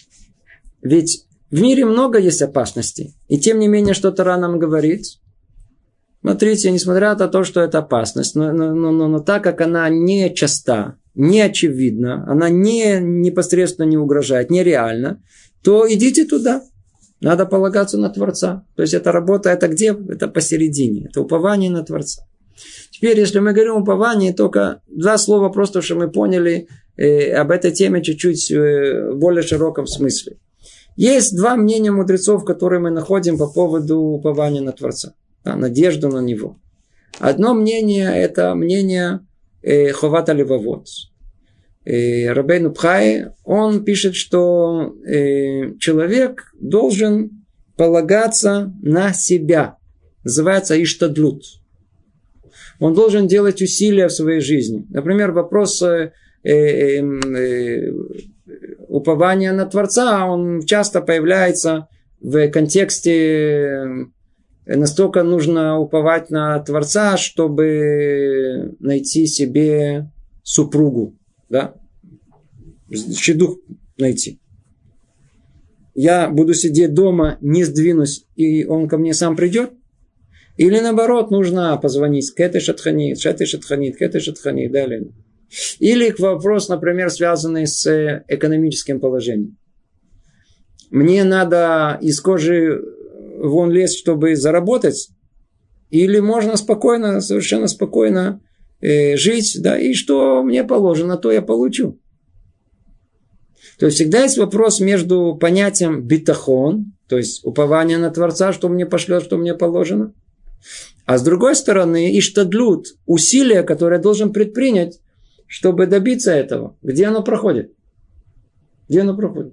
Ведь в мире много есть опасностей, и тем не менее, что Тора нам говорит. Смотрите, несмотря на то, что это опасность, но, но, но, но так как она не часта, не очевидна, она не непосредственно не угрожает, нереальна, то идите туда. Надо полагаться на Творца. То есть, эта работа, это где? Это посередине. Это упование на Творца. Теперь, если мы говорим о уповании, только два слова просто, чтобы мы поняли э, об этой теме чуть-чуть э, в более широком смысле. Есть два мнения мудрецов, которые мы находим по поводу упования на Творца. Да, надежду на него. Одно мнение, это мнение э, Ховата Левавот. Э, Рабейну Пхай, он пишет, что э, человек должен полагаться на себя. Называется Иштадлут. Он должен делать усилия в своей жизни. Например, вопрос э, э, э, упования на Творца, он часто появляется в контексте... Настолько нужно уповать на Творца, чтобы найти себе супругу. Да? Щедух найти. Я буду сидеть дома, не сдвинусь, и он ко мне сам придет? Или наоборот, нужно позвонить. Кэтэй шатханит, шэтэй шатханит, кэтэй шатханит, далее. Или вопрос, например, связанный с экономическим положением. Мне надо из кожи вон лезть, чтобы заработать, или можно спокойно, совершенно спокойно э, жить, да, и что мне положено, то я получу. То есть, всегда есть вопрос между понятием битахон, то есть, упование на Творца, что мне пошлет, что мне положено, а с другой стороны, иштадлут, усилия, которые я должен предпринять, чтобы добиться этого. Где оно проходит? Где оно проходит?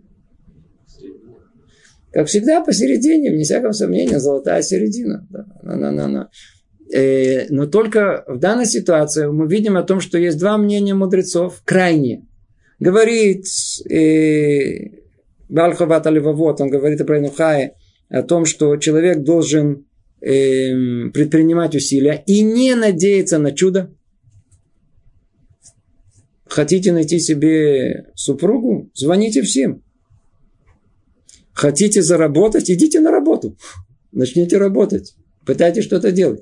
Как всегда, посередине, вне всякого сомнения, золотая середина. Да. На, на, на, на. Э, но только в данной ситуации мы видим о том, что есть два мнения мудрецов, крайние. Говорит э, Бааль Ховат Левавот, он говорит о Рабейну Пхае, о том, что человек должен э, предпринимать усилия и не надеяться на чудо. Хотите найти себе супругу? Звоните всем. Хотите заработать? Идите на работу. Начните работать. Пытайтесь что-то делать.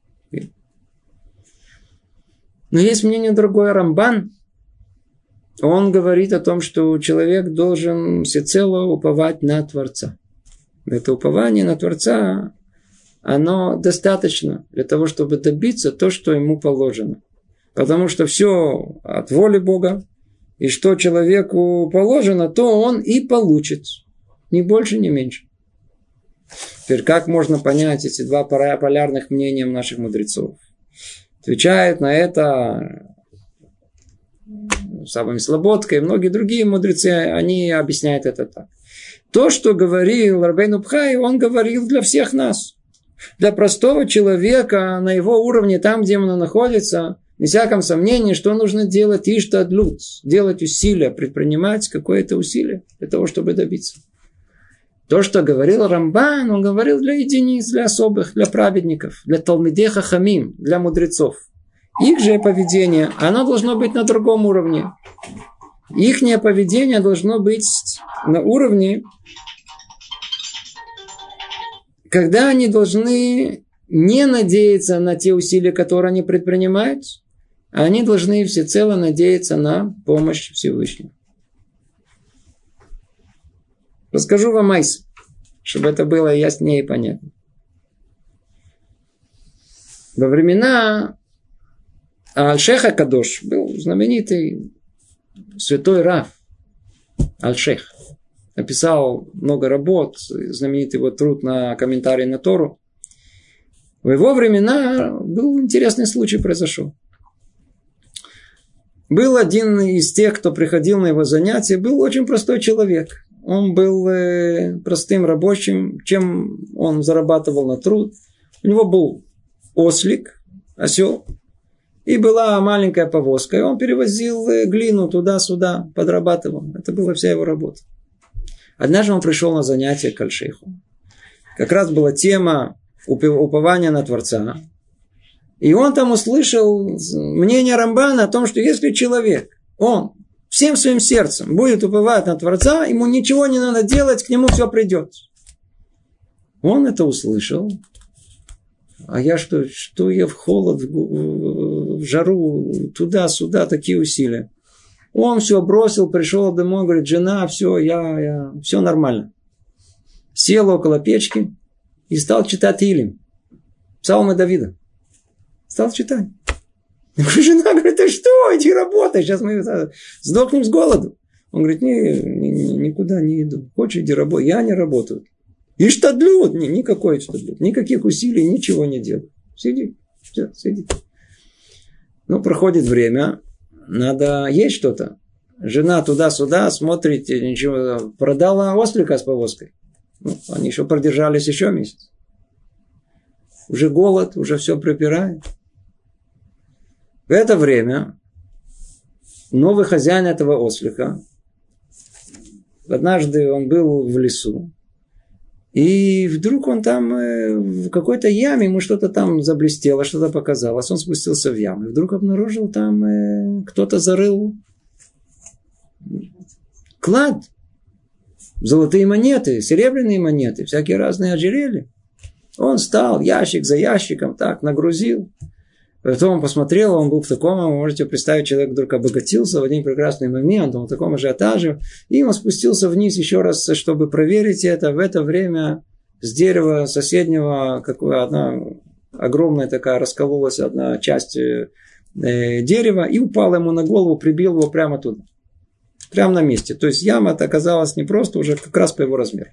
Но есть мнение другое. Рамбан, он говорит о том, что человек должен всецело уповать на Творца. Это упование на Творца, оно достаточно для того, чтобы добиться то, что ему положено. Потому что все от воли Бога. И что человеку положено, то он и получит. Ни больше, ни меньше. Теперь, как можно понять эти два полярных мнения наших мудрецов? Отвечает на это Сабами Слободка и многие другие мудрецы, они объясняют это так. То, что говорил Рабейну Пхай, он говорил для всех нас. Для простого человека на его уровне, там, где он находится, Без всяком сомнении, что нужно делать? Иштадлут. Делать усилия, предпринимать какое-то усилие для того, чтобы добиться. То, что говорил Рамбан, он говорил для единиц, для особых, для праведников, для талмидей хахамим, для мудрецов. Их же поведение, оно должно быть на другом уровне. Ихнее поведение должно быть на уровне, когда они должны не надеяться на те усилия, которые они предпринимают, а они должны всецело надеяться на помощь Всевышнего. Расскажу вам айс, чтобы это было яснее и понятно. Во времена Аль-Шеха Кадош был знаменитый святой Рав Аль-Шех. Написал много работ, знаменитый его труд на комментарии на Тору. В его времена был интересный случай произошел. Был один из тех, кто приходил на его занятия, был очень простой человек. Он был э, простым рабочим, чем он зарабатывал на труд. У него был ослик, осел, и была маленькая повозка. И он перевозил э, глину туда-сюда, подрабатывал. Это была вся его работа. Однажды он пришел на занятие к Аль-Шейху. Как раз была тема упования на Творца. И он там услышал мнение Рамбана о том, что если человек, он всем своим сердцем будет уповать на Творца, ему ничего не надо делать, к нему все придет. Он это услышал. А я что, что я в холод, в, в жару, туда-сюда, такие усилия. Он все бросил, пришел домой, говорит, жена, все, я, я, все нормально. Сел около печки и стал читать Илим. Псалмы Давида. Стал читать. Жена говорит, ты что, иди работай, сейчас мы сдохнем с голоду. Он говорит, не, не, никуда не иду. Хочешь, иди работай. Я не работаю. И штадлют, ни, никакой штадлют, никаких усилий, ничего не делаю. Сиди, все, сиди. Ну, проходит время, надо есть что-то. Жена туда-сюда смотрит, ничего, продала ослика с повозкой. Ну, они еще продержались еще месяц. Уже голод, уже все припирает. В это время новый хозяин этого ослика, однажды он был в лесу, и вдруг он там в какой-то яме, ему что-то там заблестело, что-то показалось, он спустился в яму, и вдруг обнаружил там, кто-то зарыл клад, золотые монеты, серебряные монеты, всякие разные ожерелья. Он встал ящик за ящиком, так, нагрузил. Потом он посмотрел, он был в таком, вы можете представить, человек вдруг обогатился в один прекрасный момент, он в таком ажиотаже, и он спустился вниз еще раз, чтобы проверить это. В это время с дерева соседнего, какая одна огромная такая, раскололась одна часть э, дерева, и упала ему на голову, прибил его прямо туда. Прямо на месте. То есть яма-то оказалась не просто, уже как раз по его размеру.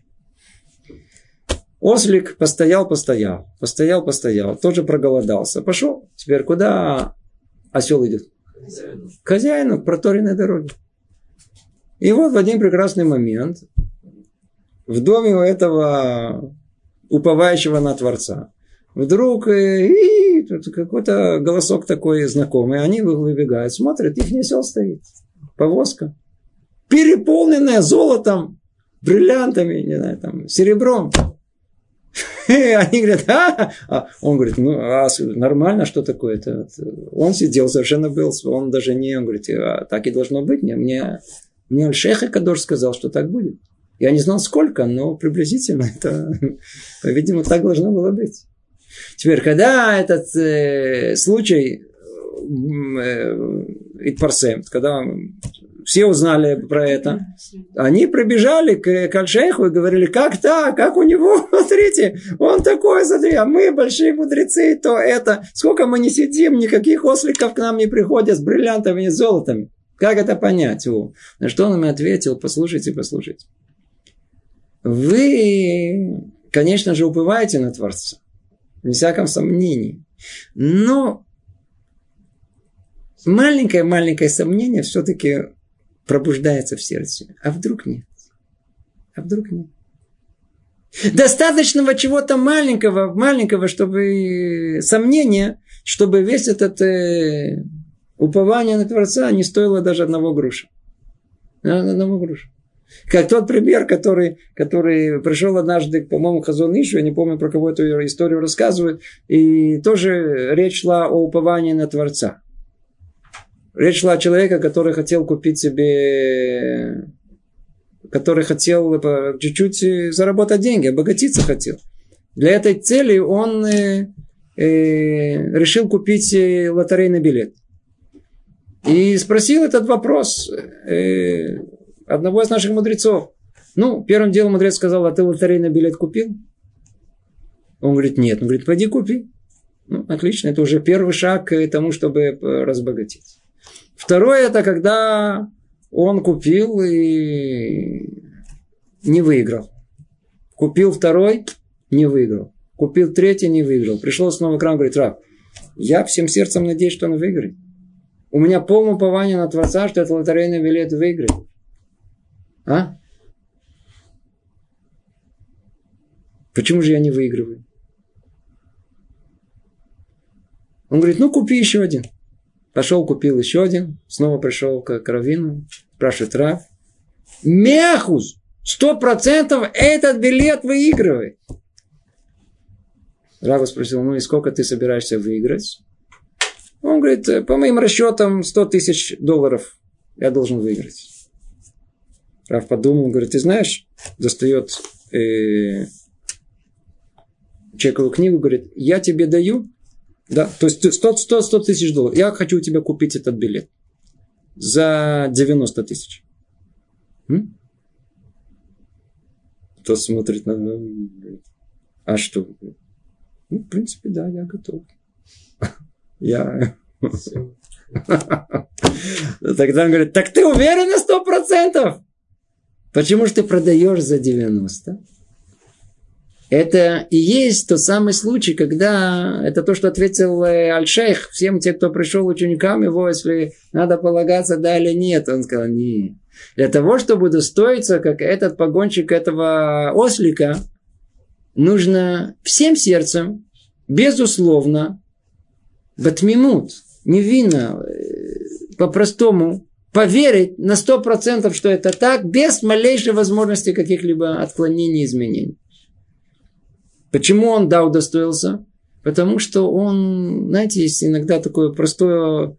Ослик постоял, постоял, постоял, постоял, тоже проголодался, пошел. Теперь куда осел идет? К хозяину, к проторенной дороге. И вот в один прекрасный момент в доме у этого уповающего на Творца вдруг и, тут какой-то голосок такой знакомый, они выбегают, смотрят, их осел стоит, повозка, переполненная золотом, бриллиантами, не знаю, там, серебром. Они говорят, а? а он говорит, ну, а нормально, что такое-то? Он сидел, совершенно был, он даже не, он говорит, а так и должно быть. Мне, мне, мне Аль-Шех Кадош сказал, что так будет. Я не знал сколько, но приблизительно это, по-видимому, так должно было быть. Теперь, когда этот э, случай э, Итпарсем, когда все узнали про это, они пробежали к, к Аль-Шейху и говорили, как так, как у него, смотрите, он такой, смотри, а мы большие мудрецы, то это, сколько мы не сидим, никаких осликов к нам не приходят с бриллиантами и золотами. Как это понять? О, на что он им ответил, послушайте, послушайте. Вы, конечно же, уповаете на Творца, без всяком сомнении, но маленькое-маленькое сомнение все-таки пробуждается в сердце. А вдруг нет? А вдруг нет? Достаточного чего-то маленького, маленького, чтобы сомнение, чтобы весь этот э, упование на Творца не стоило даже одного груша. Одного груша. Как тот пример, который, который пришел однажды, по-моему, Хазон Ишу, я не помню, про кого эту историю рассказывают, и тоже речь шла о уповании на Творца. Речь шла о человеке, который хотел купить себе, который хотел чуть-чуть заработать деньги, обогатиться хотел. Для этой цели он э, э, решил купить лотерейный билет. И спросил этот вопрос э, одного из наших мудрецов. Ну, первым делом мудрец сказал: а ты лотерейный билет купил? Он говорит: нет. Он говорит: пойди купи. Ну, отлично, это уже первый шаг к тому, чтобы разбогатеть. Второе, это когда он купил и не выиграл. Купил второй, не выиграл. Купил третий, не выиграл. Пришел снова к Раву, говорит: Рав, я всем сердцем надеюсь, что он выиграет. У меня полное упование на Творца, что этот лотерейный билет выиграет. А? Почему же я не выигрываю? Он говорит: ну, купи еще один. Пошел, купил еще один. Снова пришел к раввину. Спрашивает: Рав, мяхуз, сто процентов этот билет выигрывает. Рав спросил: ну и сколько ты собираешься выиграть? Он говорит: по моим расчетам сто тысяч долларов я должен выиграть. Рав подумал, говорит: ты знаешь, достает э, чековую книгу, говорит: я тебе даю, да, то есть сто тысяч долларов, я хочу у тебя купить этот билет за девяносто тысяч. М? Тот смотрит на меня, говорит: а что? Ну, в принципе, да, я готов. Я... Тогда он говорит: так ты уверен на сто процентов? Почему же ты продаешь за девяносто? Это и есть тот самый случай, когда это то, что ответил Аль-Шейх всем тем, кто пришел ученикам его, если надо полагаться, да или нет. Он сказал: нет. Для того, чтобы удостоиться, как этот погонщик этого ослика, нужно всем сердцем, безусловно, батмимут, невинно, по-простому, поверить на сто процентов, что это так, без малейшей возможности каких-либо отклонений и изменений. Почему он, да, удостоился? Потому что он, знаете, есть иногда такое простое,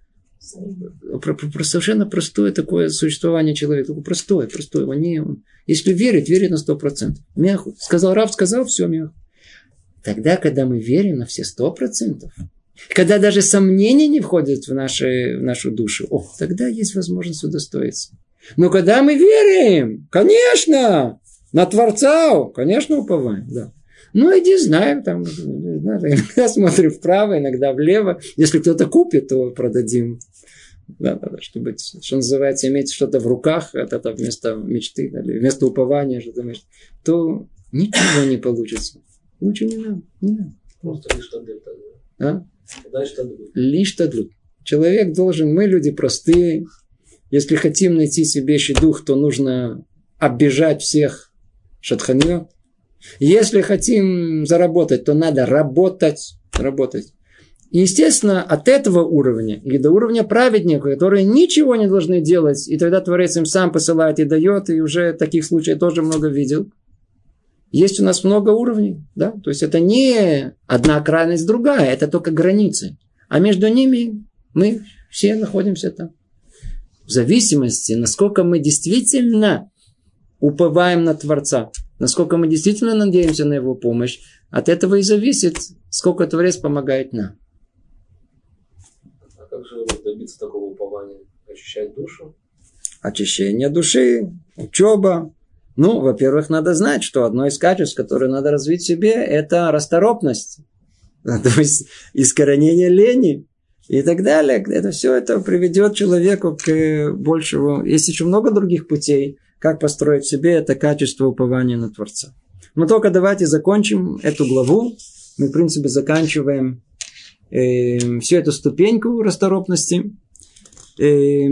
совершенно простое такое существование человека. Такое простое, простое. Он не, он, если верит, верит на сто процентов. Мяху. Сказал Рав, сказал, все, мяху. Тогда, когда мы верим на все сто процентов, когда даже сомнения не входят в, наши, в нашу душу, о, тогда есть возможность удостоиться. Но когда мы верим, конечно, на Творца, конечно, уповаем, да. Ну, иди, знаем, там, иногда смотрим вправо, иногда влево. Если кто-то купит, то продадим. Да, да, да, чтобы, что называется, иметь что-то в руках, это вместо мечты, или вместо упования, что-то мечты, то ничего не получится. Лучше не надо, не надо. Просто лишь тадлут. А? Лишь тадлут. Лишь тадлут. Человек должен, мы люди простые. Если хотим найти себе шидух, то нужно оббежать всех шатханьот. Если хотим заработать, то надо работать, работать. И, естественно, от этого уровня, или до уровня праведников, которые ничего не должны делать, и тогда Творец им сам посылает и дает, и уже таких случаев тоже много видел. Есть у нас много уровней, да? То есть это не одна крайность, другая, это только границы. А между ними мы все находимся там. В зависимости, насколько мы действительно уповаем на Творца, насколько мы действительно надеемся на Его помощь, от этого и зависит, сколько Творец помогает нам. А как же добиться такого упования? Очищать душу? Очищение души, учеба. Ну, во-первых, надо знать, что одно из качеств, которое надо развить в себе, это расторопность. То есть искоренение лени и так далее. Это все это приведет человеку к большему. Есть еще много других путей, как построить в себе это качество упования на Творца. Но только давайте закончим эту главу. Мы, в принципе, заканчиваем э, всю эту ступеньку расторопности. Э,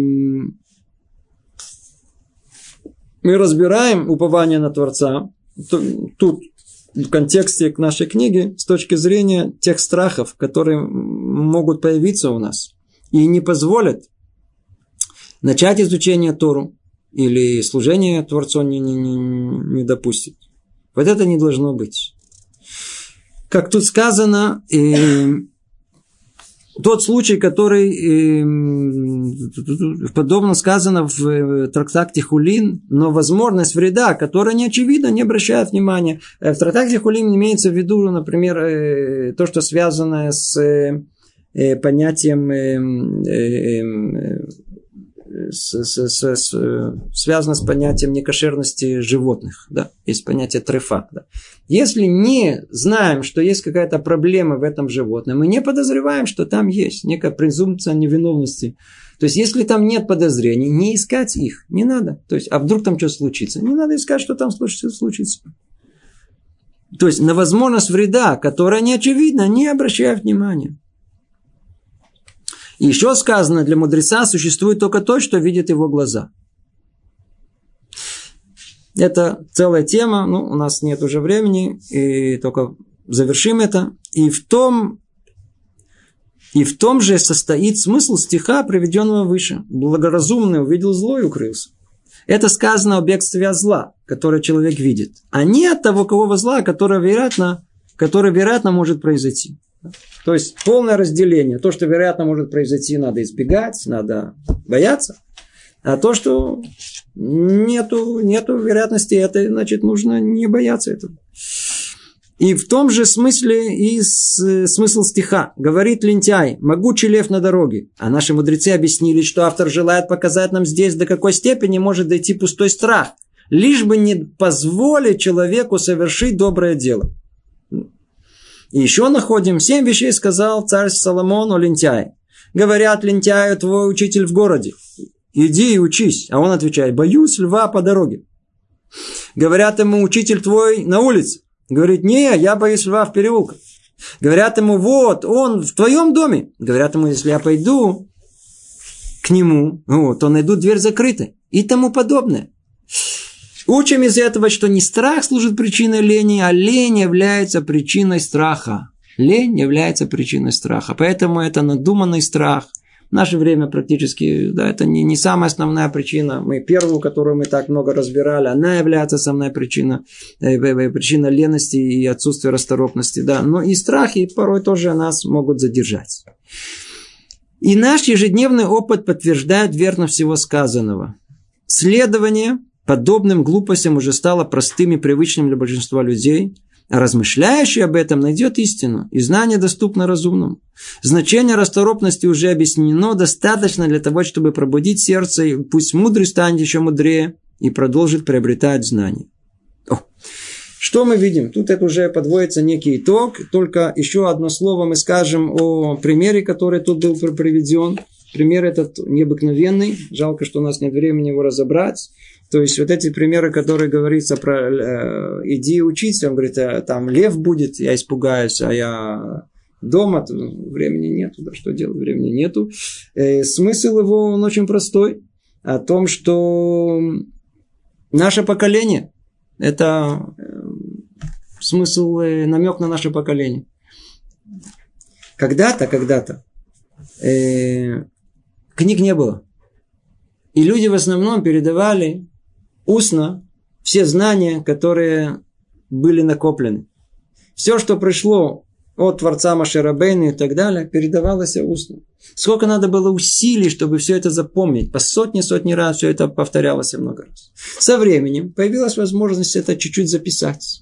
мы разбираем упование на Творца. Тут, в контексте нашей книги, с точки зрения тех страхов, которые могут появиться у нас. и не позволят начать изучение Тору или служение Творцу не, не, не, не допустит. Вот это не должно быть. Как тут сказано, э, тот случай, который э, подобно сказано в трактате Хулин, но возможность вреда, которая не очевидна, не обращает внимания. В трактате Хулин имеется в виду, например, э, то, что связано с э, понятием э, э, С, с, с, с, связано с понятием некошерности животных. Да? Есть понятие трефа. Да? Если не знаем, что есть какая-то проблема в этом животном, мы не подозреваем, что там есть некая презумпция невиновности. То есть, если там нет подозрений, не искать их. Не надо. То есть, а вдруг там что случится? Не надо искать, что там случится. случится. То есть, на возможность вреда, которая не очевидна, не обращая внимания. И еще сказано, для мудреца существует только то, что видит его глаза. Это целая тема, ну, у нас нет уже времени, и только завершим это. И в том, и в том же состоит смысл стиха, приведенного выше. Благоразумный увидел зло и укрылся. Это сказано о бегстве от зла, которое человек видит, а не от того кого зла, которое вероятно, которое вероятно может произойти. То есть полное разделение. То, что вероятно может произойти, надо избегать, надо бояться. А то, что нету, нету вероятности, это значит нужно не бояться этого. И в том же смысле и с, смысл стиха. Говорит лентяй, могучий лев на дороге. А наши мудрецы объяснили, что автор желает показать нам здесь, до какой степени может дойти пустой страх. Лишь бы не позволить человеку совершить доброе дело. И еще находим, семь вещей сказал царь Соломон о лентяе. Говорят лентяю, твой учитель в городе. Иди и учись. А он отвечает, боюсь льва по дороге. Говорят ему, учитель твой на улице. Говорит, не, я боюсь льва в переулке. Говорят ему, вот, он в твоем доме. Говорят ему, если я пойду к нему, вот, то найду дверь закрытой. И тому подобное. Учим из этого, что не страх служит причиной лени, а лень является причиной страха. Лень является причиной страха. Поэтому это надуманный страх. В наше время практически, да, это не, не самая основная причина. Мы первую, которую мы так много разбирали, она является основной причиной, э, причиной лености и отсутствия расторопности. Да. Но и страхи порой тоже нас могут задержать. И наш ежедневный опыт подтверждает верность всего сказанного. Следование подобным глупостям уже стало простым и привычным для большинства людей, а размышляющий об этом найдет истину, и знание доступно разумному. Значение расторопности уже объяснено достаточно для того, чтобы пробудить сердце, и пусть мудрый станет еще мудрее и продолжит приобретать знания. О, что мы видим? Тут это уже подводится некий итог, только еще одно слово мы скажем о примере, который тут был приведен. Пример этот необыкновенный, жалко, что у нас нет времени его разобрать. То есть, вот эти примеры, которые говорится про э, иди учиться, он говорит, а, там лев будет, я испугаюсь, а я дома, то времени нету, да, что делать, времени нету. Э, смысл его, он очень простой, о том, что наше поколение, это э, смысл, э, намек на наше поколение. Когда-то, когда-то э, книг не было. И люди в основном передавали устно все знания, которые были накоплены. Все, что пришло от Творца Моше Рабейну и так далее, передавалось устно. Сколько надо было усилий, чтобы все это запомнить. По сотни-сотни раз все это повторялось много раз. Со временем появилась возможность это чуть-чуть записать.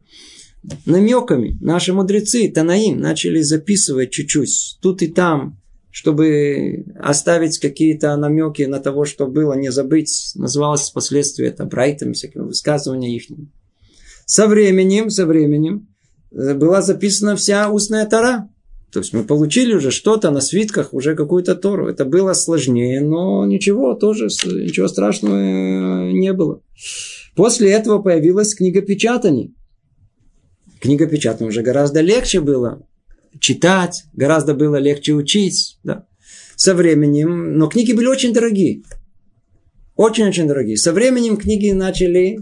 Намеками наши мудрецы, Танаим, начали записывать чуть-чуть, тут и там, чтобы оставить какие-то намеки на того, что было, не забыть. Называлось впоследствии это брайтами, всякими высказываниями их. Со временем, со временем была записана вся устная Тора. То есть мы получили уже что-то на свитках, уже какую-то Тору. Это было сложнее, но ничего, тоже ничего страшного не было. После этого появилась книгопечатание. Книгопечатание уже гораздо легче было читать, гораздо было легче учить, да. Со временем, но книги были очень дорогие. Очень-очень дорогие. Со временем книги начали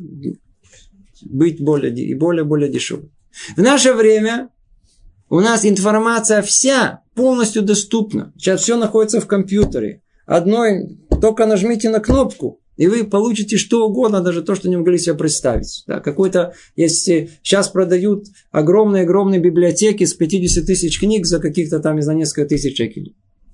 быть более и более-более дешевыми. В наше время у нас информация вся полностью доступно. Сейчас все находится в компьютере. Одной, только нажмите на кнопку, и вы получите что угодно, даже то, что не могли себе представить. Да, какой-то, если сейчас продают огромные-огромные библиотеки с пятьдесят тысяч книг за каких-то там, за несколько тысяч шекелей.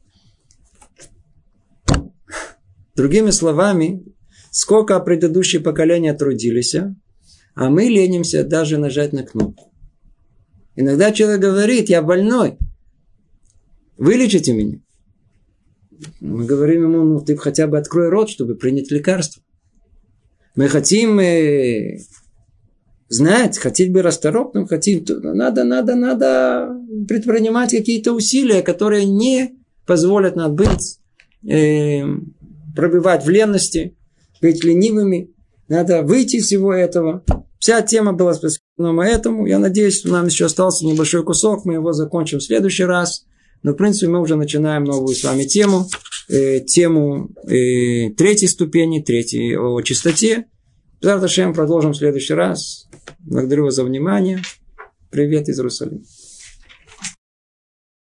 Другими словами, сколько предыдущие поколения трудились, а мы ленимся даже нажать на кнопку. Иногда человек говорит: я больной, вылечите меня. Мы говорим ему: ну ты хотя бы открой рот, чтобы принять лекарство. Мы хотим э, знать, хотим быть расторопным, хотим, надо, надо, надо предпринимать какие-то усилия, которые не позволят нам быть, э, пробивать в ленности, быть ленивыми. Надо выйти из всего этого. Вся тема была посвящена этому. Я надеюсь, что нам еще остался небольшой кусок. Мы его закончим в следующий раз. Но, в принципе, мы уже начинаем новую с вами тему. Э, тему э, третьей ступени, третьей о чистоте. Завтра продолжим в следующий раз. Благодарю вас за внимание. Привет из Иерусалима.